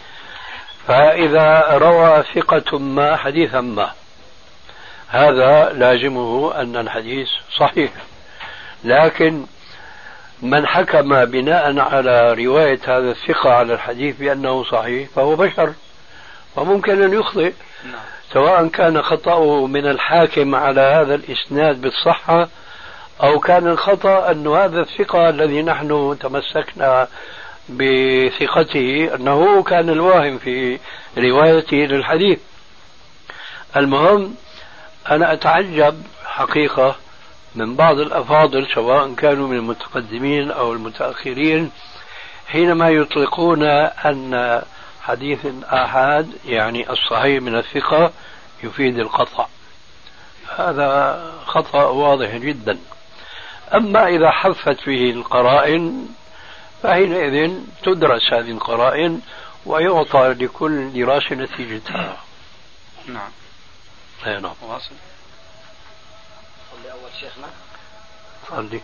فإذا روى ثقة ما حديثا ما هذا لازمه أن الحديث صحيح، لكن من حكم بناء على رواية هذا الثقة على الحديث بأنه صحيح فهو بشر وممكن أن يخطئ، سواء كان خطأه من الحاكم على هذا الإسناد بالصحة أو كان الخطأ أن هذا الثقة الذي نحن تمسكنا بثقته أنه كان الواهم في روايته للحديث. المهم أنا أتعجب حقيقة من بعض الأفاضل سواء كانوا من المتقدمين أو المتأخرين حينما يطلقون أن حديث الآحاد يعني الصحيح من الثقة يفيد القطع، هذا خطأ واضح جدا. أما إذا حفت به القرائن فحينئذ تدرس هذه القرائن ويعطى لكل دراسة نتيجتها. نعم. أي نعم. واصل. صلي أول شيخنا. صلي.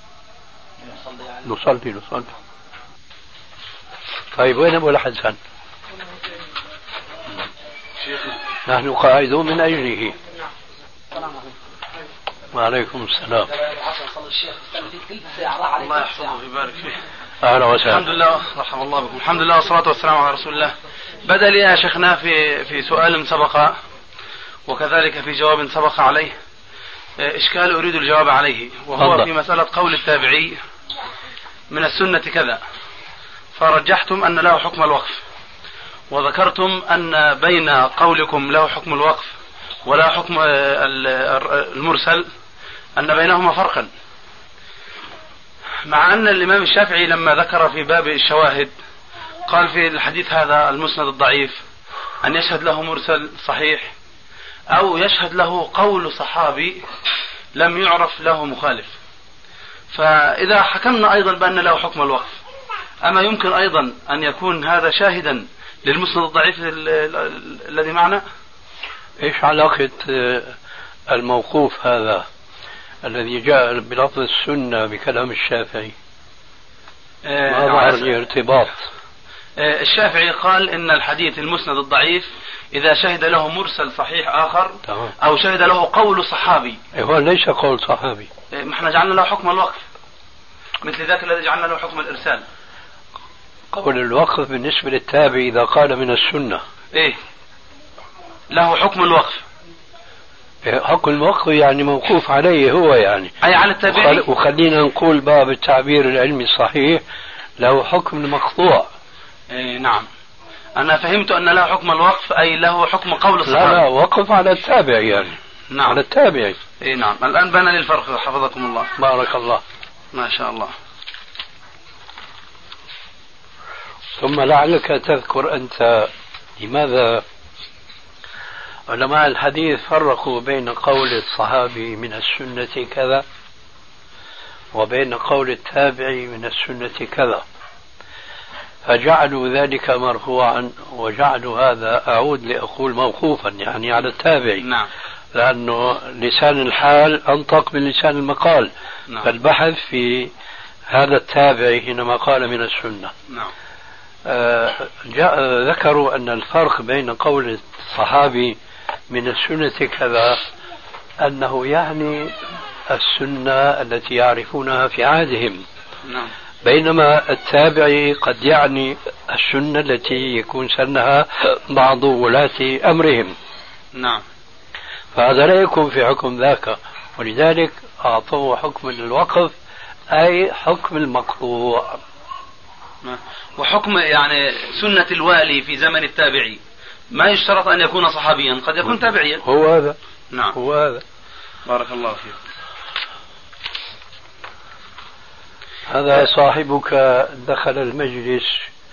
نصلي. طيب وين أبو الحسن؟ نحن قاعدون من أجله. وعليكم السلام. الله يحفظه ويبارك فيه. أهلا وسهلا. الحمد لله رحم الله بكم. الحمد لله والصلاة والسلام على رسول الله. بدأ لي يا شيخنا في سؤال سبق وكذلك في جواب سبق عليه إشكال أريد الجواب عليه، وهو الله. في مسألة قول التابعي من السنة كذا، فرجحتم أن له حكم الوقف، وذكرتم أن بين قولكم له حكم الوقف ولا حكم المرسل أن بينهما فرقا، مع أن الإمام الشافعي لما ذكر في باب الشواهد قال في الحديث هذا المسند الضعيف أن يشهد له مرسل صحيح أو يشهد له قول صحابي لم يعرف له مخالف. فإذا حكمنا أيضا بأن له حكم الوقف، أما يمكن أيضا أن يكون هذا شاهدا للمسند الضعيف الذي معنا؟ إيش علاقة الموقوف هذا الذي جاء بلفظ السنة بكلام الشافعي؟ ما ظهر الارتباط. الشافعي قال إن الحديث المسند الضعيف إذا شهد له مرسل صحيح آخر أو شهد له قول صحابي. هو ليس قول صحابي. ما احنا جعلنا له حكم الوقف مثل ذاك الذي جعلنا له حكم الإرسال. قول الوقف بالنسبة للتابع إذا قال من السنة إيه له حكم الوقف. حكم الوقف يعني موقوف عليه هو يعني أي على التابعي. وخلينا نقول باب التعبير العلمي الصحيح له حكم المقطوع. إيه نعم، أنا فهمت أن له حكم الوقف أي له حكم قول الصحابي. لا وقف على التابع يعني. نعم. على التابع. إيه نعم، الآن بان للفرق حفظكم الله. بارك الله. ما شاء الله. ثم لعلك تذكر أنت لماذا علماء الحديث فرقوا بين قول الصحابي من السنة كذا وبين قول التابعي من السنة كذا، فجعلوا ذلك مرفوعا وجعلوا هذا أعود لأقول موقوفا يعني على التابعي. نعم. لأنه لسان الحال أنطق من لسان المقال. نعم. فالبحث في هذا التابعي حينما قال من السنة. نعم. ذكروا أن الفرق بين قول الصحابي من السنة كذا أنه يعني السنة التي يعرفونها في عهدهم. نعم. بينما التابعي قد يعني السنة التي يكون سنها بعض ولاة أمرهم. نعم. فهذا لا يكون في حكم ذاك، ولذلك أعطوه حكم الوقف أي حكم المقطوع. وحكم يعني سنة الوالي في زمن التابعي ما يشترط أن يكون صحابيا، قد يكون تابعيا. هو هذا. نعم. هو هذا. بارك الله فيك. هذا صاحبك دخل المجلس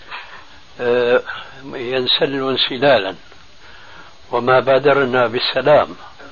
ينسل انسلالا وما بادرنا بالسلام،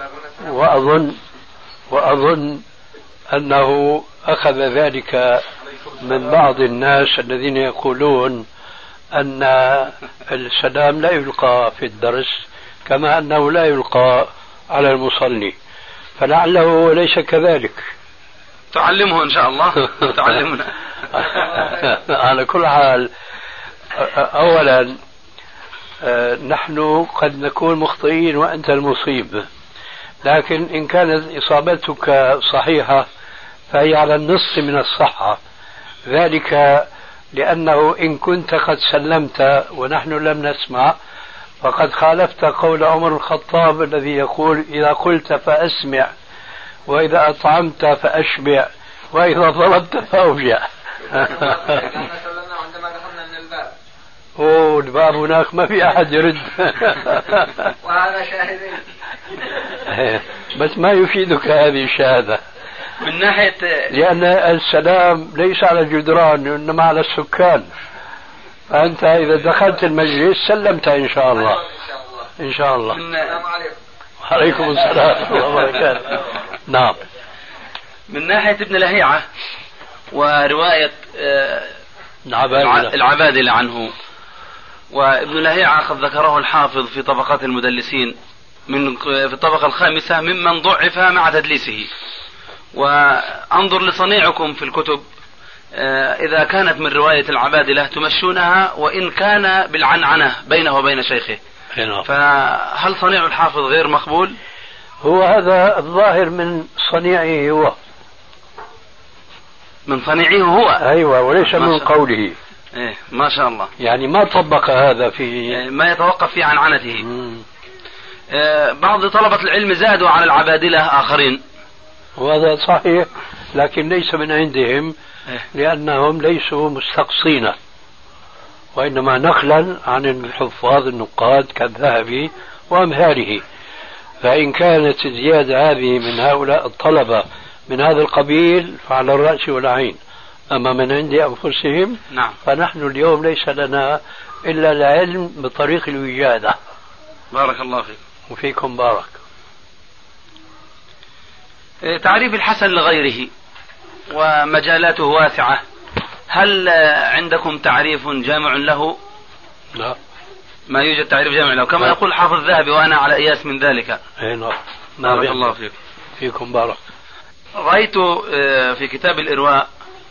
وأظن أنه أخذ ذلك من بعض الناس الذين يقولون أن السلام لا يلقى في الدرس كما أنه لا يلقى على المصلي، فلعله ليس كذلك. تعلمه إن شاء الله. تعلمنا. على كل حال، أولا نحن قد نكون مخطئين وأنت المصيب، لكن إن كانت إصابتك صحيحة فهي على النصف من الصحة، ذلك لأنه إن كنت قد سلمت ونحن لم نسمع فقد خالفت قول عمر الخطاب الذي يقول: إذا قلت فأسمع، وإذا أطعمت فأشبع، وإذا ضربت فأوجع. أوه، الباب هناك ما في أحد يرد. وهذا شاهدين. بس ما يفيدك هذه الشهادة من ناحية، لأن السلام ليس على الجدران إنما على السكان، فأنت إذا دخلت المجلس سلمت إن شاء الله. إن شاء الله. السلام عليكم. وعليكم السلام ورحمة الله وبركاته. نعم. من ناحية ابن لهيعة ورواية العبادلة عنه، وابن لهيعة قد ذكره الحافظ في طبقات المدلسين في الطبقة الخامسة ممن ضعف مع تدليسه. وأنظر لصنيعكم في الكتب، إذا كانت من رواية العبادلة تمشونها وإن كان بالعنعنة بينه وبين شيخه، فهل صنيع الحافظ غير مقبول؟ هو هذا الظاهر من صنيعه هو، من صنيعه هو. أيوة، وليس من قوله. إيه ما شاء الله. يعني ما طبق هذا في ما يتوقف في عنعنته. بعض طلبة العلم زادوا على العبادلة آخرين، وهذا صحيح، لكن ليس من عندهم، لأنهم ليسوا مستقصين، وإنما نقلا عن الحفاظ النقاد كالذهبي وأمثاله. فإن كانت الزيادة هذه من هؤلاء الطلبة من هذا القبيل فعلى الرأس والعين، أما من عند أنفسهم نعم. فنحن اليوم ليس لنا إلا العلم بطريق الوجادة. بارك الله فيك. وفيكم بارك. تعريف الحسن لغيره ومجالاته واسعة، هل عندكم تعريف جامع له؟ لا، ما يوجد تعريف جامع له، كما يقول حافظ الذهبي وأنا على إياس من ذلك. بارك الله فيك. فيكم بارك. رأيت في كتاب الإرواء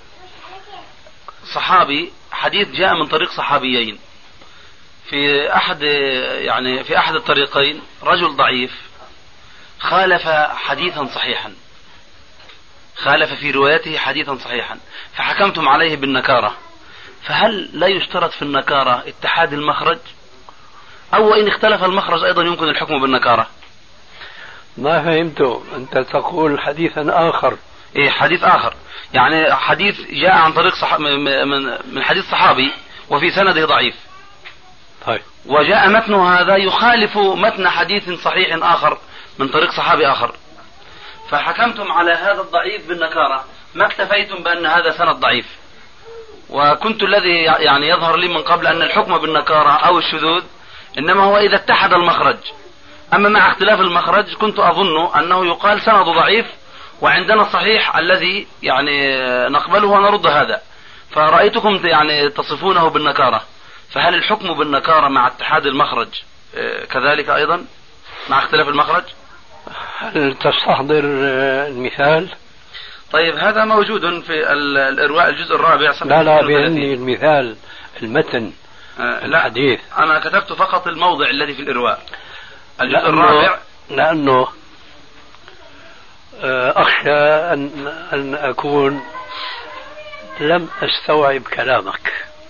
صحابي حديث جاء من طريق صحابيين، في أحد الطريقين رجل ضعيف خالف حديثا صحيحا، خالف في روايته حديثا صحيحا، فحكمتم عليه بالنكارة. فهل لا يشترط في النكارة اتحاد المخرج، أو إن اختلف المخرج أيضا يمكن الحكم بالنكارة؟ ما فهمت، أنت تقول حديثا آخر. إيه، حديث آخر، يعني حديث جاء عن طريق من حديث صحابي وفي سنده ضعيف، طيب، وجاء متن هذا يخالف متن حديث صحيح آخر من طريق صحابي آخر، فحكمتم على هذا الضعيف بالنكارة، ما اكتفيتم بأن هذا سند ضعيف. وكنت الذي يعني يظهر لي من قبل أن الحكم بالنكارة أو الشذوذ إنما هو إذا اتحد المخرج، أما مع اختلاف المخرج كنت أظن أنه يقال سند ضعيف وعندنا الصحيح الذي يعني نقبله ونرد هذا، فرأيتكم يعني تصفونه بالنكارة، فهل الحكم بالنكارة مع اتحاد المخرج كذلك أيضا مع اختلاف المخرج؟ هل تستحضر المثال؟ طيب، هذا موجود في الإرواء الجزء الرابع. لا بأني المثال المتن الحديث. أنا كتبت فقط الموضع الذي في الإرواء الجزء الرابع، لأنه أخشى أن أكون لم أستوعب كلامك،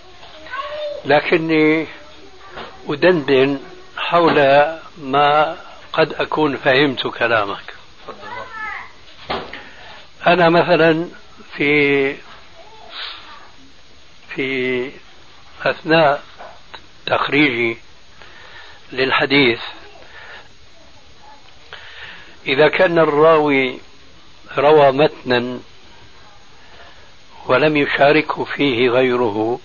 لكني أدندن حول ما قد أكون فهمت كلامك. أنا مثلا في أثناء تخريجي للحديث، إذا كان الراوي روى متنا ولم يشاركه فيه غيره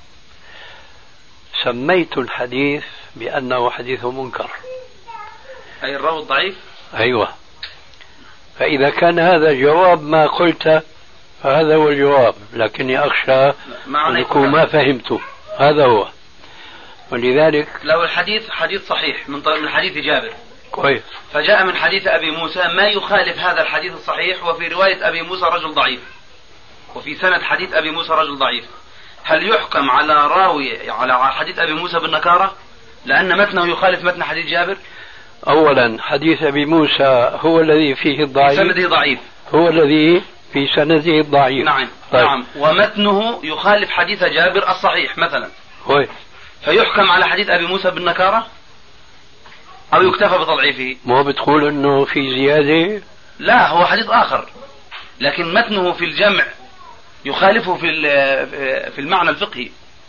سميت الحديث بأنه حديث منكر. أي الراوي الضعيف؟ أيوة. فإذا كان هذا جواب ما قلت فهذا هو الجواب، لكني أخشى أن يكون ما فهمته. هذا هو. ولذلك لو الحديث حديث صحيح من حديث جابر كويس، فجاء من حديث أبي موسى ما يخالف هذا الحديث الصحيح، وفي رواية أبي موسى رجل ضعيف، وفي سند حديث أبي موسى رجل ضعيف، هل يحكم على راوي على حديث أبي موسى بالنكارة لأن متنه يخالف متن حديث جابر؟ أولا حديث أبي موسى هو الذي فيه الضعيف، في سنده ضعيف، هو الذي في سنده الضعيف. نعم. طيب. نعم، ومتنه يخالف حديث جابر الصحيح مثلا، كويس، فيحكم على حديث أبي موسى بالنكارة أو يكتفى بتضعيفه؟ ما بتقول أنه في زيادة؟ لا، هو حديث آخر لكن متنه في الجمع يخالفه في المعنى الفقهي.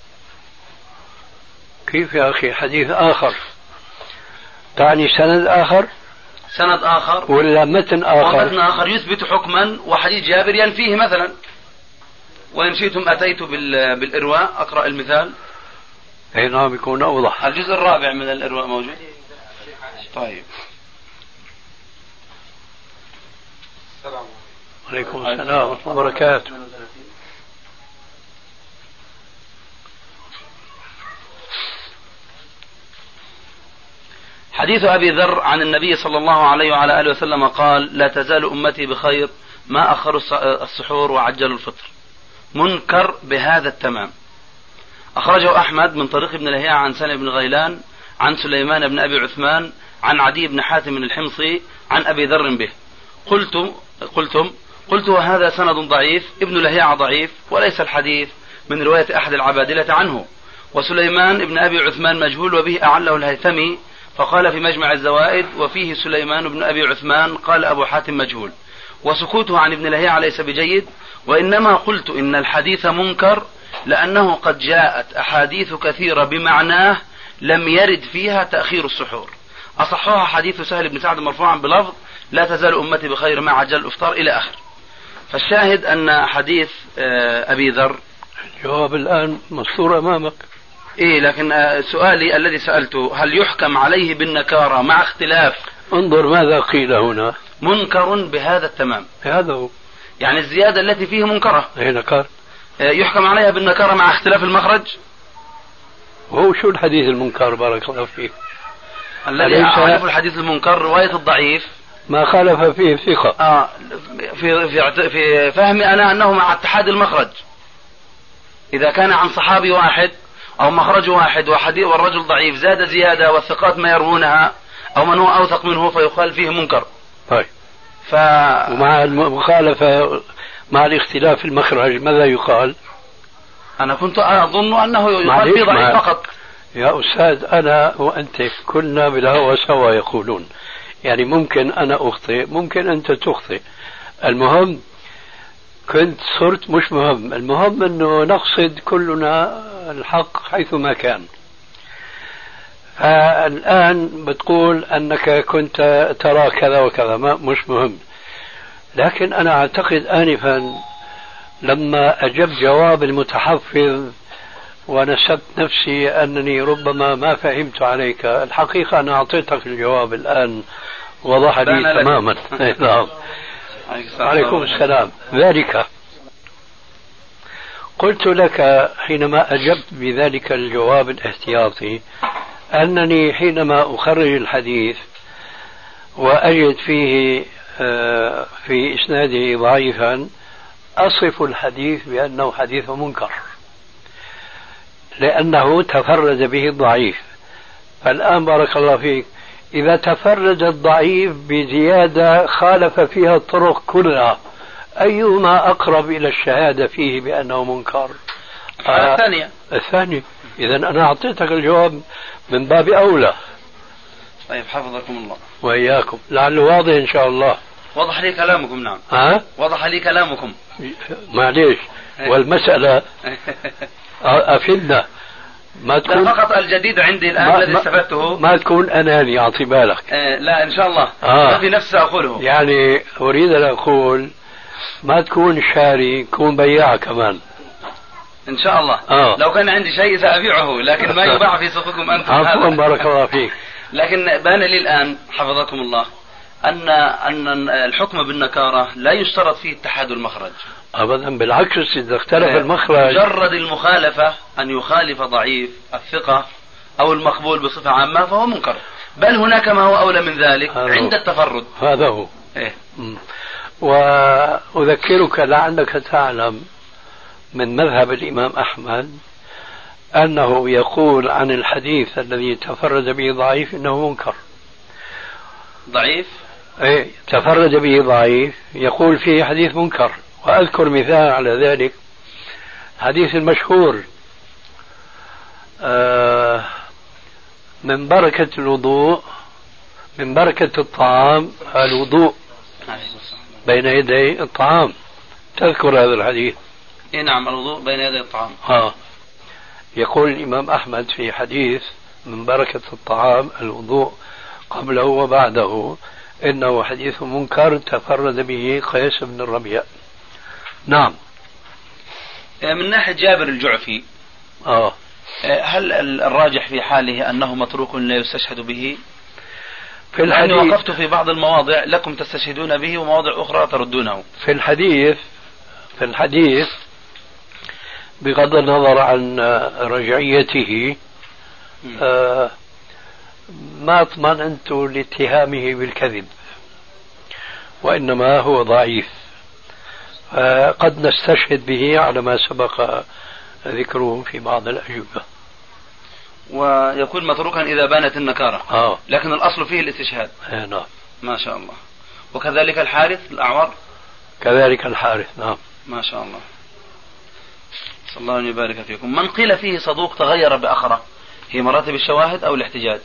كيف يا أخي حديث آخر؟ تعني سند آخر؟ سند آخر ولا متن آخر؟ ومتن آخر يثبت حكما وحديث جابر ينفيه مثلا. وإن شئتم أتيت بالإرواء أقرأ المثال. أي نعم، يكون أوضح. الجزء الرابع من الإرواء موجود. طيب. عليكم السلام ورحمة الله وبركاته. حديث أبي ذر عن النبي صلى الله عليه وعلى آله وسلم قال: لا تزال أمتي بخير ما أخروا السحور وعجلوا الفطر. منكر بهذا التمام. أخرجه أحمد من طريق ابن لهيعة عن سالم بن غيلان عن سليمان بن أبي عثمان عن عدي بن حاتم الحمصي عن أبي ذر به. قلت وهذا سند ضعيف، ابن لهيعة ضعيف وليس الحديث من رواية أحد العبادلة عنه، وسليمان بن أبي عثمان مجهول وبه أعله الهيثمي فقال في مجمع الزوائد وفيه سليمان بن أبي عثمان قال أبو حاتم مجهول، وسكوته عن ابن لهيعة ليس بجيد. وإنما قلت إن الحديث منكر لأنه قد جاءت أحاديث كثيرة بمعناه لم يرد فيها تأخير السحور. أصحها حديث سهل بن سعد مرفوعا بلفظ لا تزال أمتي بخير ما عجل الإفطار إلى آخر. فالشاهد أن حديث أبي ذر الجواب الآن مسطور أمامك. إيه، لكن سؤالي الذي سألته هل يحكم عليه بالنكارة مع اختلاف؟ انظر ماذا قيل هنا. منكر بهذا التمام. هذا هو يعني الزيادة التي فيه منكرة. هي نكار. يحكم عليها بالنكارة مع اختلاف المخرج. وهو شو الحديث المنكر بارك الله فيك؟ الذي أعرف الحديث المنكر رواية الضعيف ما خالف فيه الثقة. في فهمي أنا أنه مع اتحاد المخرج. إذا كان عن صحابي واحد أو مخرج واحد والرجل ضعيف زاد زيادة والثقات ما يروونها أو من هو أوثق منه فيقال فيه منكر. طيب. ومع المخالفة مع الاختلاف المخرج ماذا يقال؟ أنا كنت أظن أنه يقال فيه ضعيف فقط. يا أستاذ أنا وأنت كنا بالهوى سوا يقولون، يعني ممكن أنا أخطئ ممكن أنت تخطئ، المهم صرت مش مهم، المهم أنه نقصد كلنا الحق حيثما كان. فالآن بتقول أنك كنت ترى كذا وكذا، مش مهم. لكن أنا أعتقد آنفا لما أجبت جواب المتحفظ ونسبت نفسي أنني ربما ما فهمت عليك، الحقيقة أنا أعطيتك الجواب الآن وضح لي تماما. عليكم السلام. ذلك قلت لك حينما أجبت بذلك الجواب الاحتياطي أنني حينما أخرج الحديث وأجد فيه في إسناده ضعيفا أصف الحديث بأنه حديث منكر لأنه تفرد به الضعيف. فالآن بارك الله فيك إذا تفرد الضعيف بزيادة خالف فيها الطرق كلها أيهما أقرب إلى الشهادة فيه بأنه منكر؟ الثانية. الثاني. إذا أنا أعطيتك الجواب من باب أولى. طيب حفظكم الله. وإياكم، لعله واضح إن شاء الله. وضح لي كلامكم. نعم. وضح لي كلامكم. معليش. والمسألة أفدنا. ما تكون فقط الجديد عندي الآن الذي استفدته ما تكون أناني، أعطي بالك. لا إن شاء الله. في نفسي أقوله. يعني أريد أن أقول ما تكون شاري، كون بياع كمان إن شاء الله. لو كان عندي شيء سأبيعه، لكن ما يباع في سوقكم أنتم. عفوا بارك الله فيك. لكن بان لي الآن حفظكم الله أن الحكم بالنكارة لا يشترط فيه اتحاد المخرج أبدا، بالعكس إذا اختلف المخرج، مجرد المخالفة أن يخالف ضعيف الثقة أو المقبول بصفة عامة فهو منكر، بل هناك ما هو أولى من ذلك عند التفرد. هذا هو. وأذكرك لعلك تعلم من مذهب الإمام أحمد أنه يقول عن الحديث الذي تفرد به ضعيف إنه منكر. ضعيف؟ إيه، تفرد به ضعيف يقول فيه حديث منكر. وأذكر مثال على ذلك حديث المشهور من بركة الوضوء، من بركة الطعام الوضوء بين يدي الطعام. تذكر هذا الحديث؟ إيه نعم، الوضوء بين يدي الطعام. يقول الإمام أحمد في حديث من بركة الطعام الوضوء قبله وبعده إنه حديث منكر تفرد به قيس بن الربيع. نعم. من ناحية جابر الجعفي هل الراجح في حاله أنه متروك لا يستشهد به؟ في الحديث وقفت في بعض المواضع لكم تستشهدون به ومواضع أخرى تردونه. في الحديث بغض النظر عن رجعيته ما اطمأننت لاتهامه بالكذب، وإنما هو ضعيف، قد نستشهد به على ما سبق ذكره في بعض الأجوبة. ويكون متروكا إذا بانت النكارة. لكن الأصل فيه الاستشهاد. نعم. ما شاء الله. وكذلك الحارث الأعور. كذلك الحارث. نعم. ما شاء الله. صلى الله أن يبارك فيكم. من قيل فيه صدوق تغير بأخرى، هي مراتب الشواهد أو الاحتجاج؟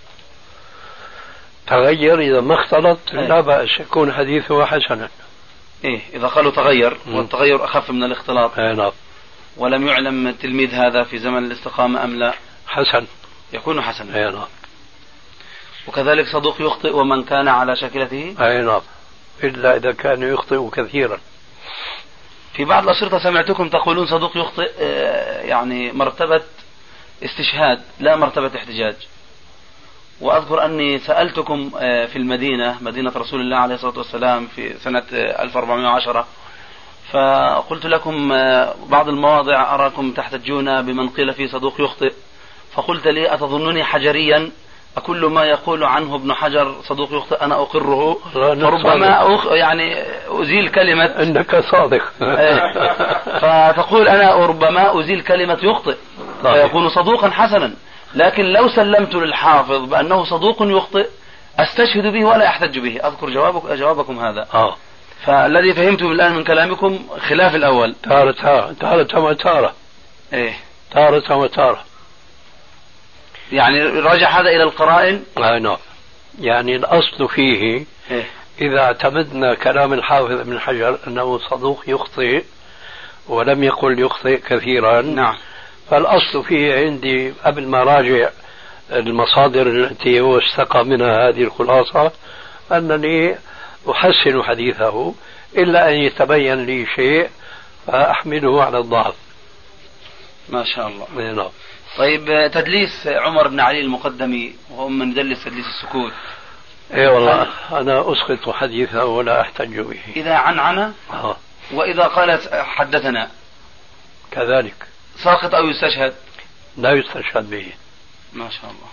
تغير إذا ما اختلط لا بأس يكون حديثه حسنا. إذا قالوا تغير والتغير أخف من الاختلاط. نعم. ولم يعلم التلميذ هذا في زمن الاستقامة أم لا، حسن، يكون حسنا. نعم. وكذلك صدوق يخطئ ومن كان على شاكلته. نعم، إلا إذا كان يخطئ كثيرا. في بعض الأشرطة سمعتكم تقولون صدوق يخطئ يعني مرتبة استشهاد لا مرتبة احتجاج. وأذكر أني سألتكم في المدينة، مدينة رسول الله عليه الصلاة والسلام، في سنة 1410، فقلت لكم بعض المواضع أراكم تحتجون بمن قيل فيه صدوق يخطئ، فقلت لي أتظنني حجريا أكل ما يقول عنه ابن حجر صدوق يخطئ أنا أقره، فربما يعني أزيل كلمة إنك صادق. فتقول أنا ربما أزيل كلمة يخطئ فيكون صدوقا حسنا. لكن لو سلمت للحافظ بأنه صدوق يخطئ أستشهد به ولا أحتج به. أذكر جوابكم هذا. فالذي فهمته الآن من كلامكم خلاف الأول. تارة وتارة. تارة وتارة. يعني رجع هذا إلى القرائن. نعم. يعني الأصل فيه إذا اعتمدنا كلام الحافظ ابن حجر أنه صدوق يخطئ ولم يقل يخطئ كثيرا. نعم. فالأصل فيه عندي قبل ما راجع المصادر التي هو استقى منها هذه الخلاصة أنني أحسن حديثه إلا أن يتبين لي شيء فأحمله على الضعف. ما شاء الله. نعم. طيب تدليس عمر بن علي المقدمي وهو من يدلس تدليس السكوت. والله أنا أسقط حديثه ولا أحتج به. إذا عنعنة وإذا قالت حدثنا كذلك ساقط أو يستشهد؟ لا يستشهد به. ما شاء الله.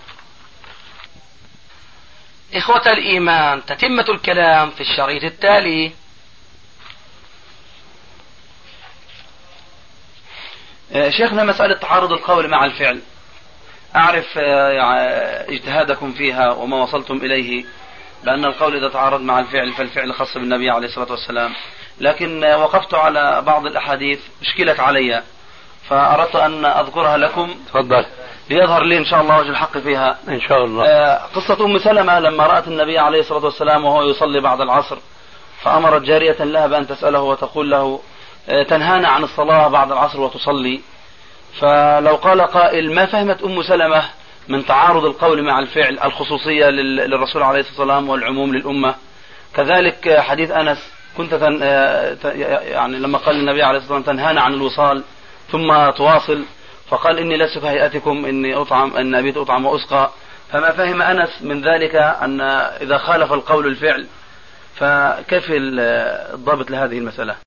إخوة الإيمان، تتمة الكلام في الشريط التالي. شيخنا، مسألة تعارض القول مع الفعل، أعرف اجتهادكم فيها وما وصلتم إليه، بأن القول إذا تعارض مع الفعل فالفعل خاص بالنبي عليه الصلاة والسلام، لكن وقفت على بعض الأحاديث اشكلت علي فأردت أن أذكرها لكم. تفضل. ليظهر لي إن شاء الله وجه الحق فيها إن شاء الله. قصة أم سلمة لما رأت النبي عليه الصلاة والسلام وهو يصلي بعد العصر، فأمرت جارية لها بأن تسأله وتقول له تنهانا عن الصلاة بعد العصر وتصلي. فلو قال قائل ما فهمت أم سلمة من تعارض القول مع الفعل، الخصوصية للرسول عليه الصلاة والسلام والعموم للأمة. كذلك حديث أنس كنت يعني لما قال النبي عليه الصلاة والسلام تنهانا عن الوصال ثم تواصل، فقال إني لست كهيئتكم إني أطعم أن أبيت أطعم وأسقى. فما فهم أنس من ذلك أن إذا خالف القول الفعل، فكيف الضابط لهذه المسألة؟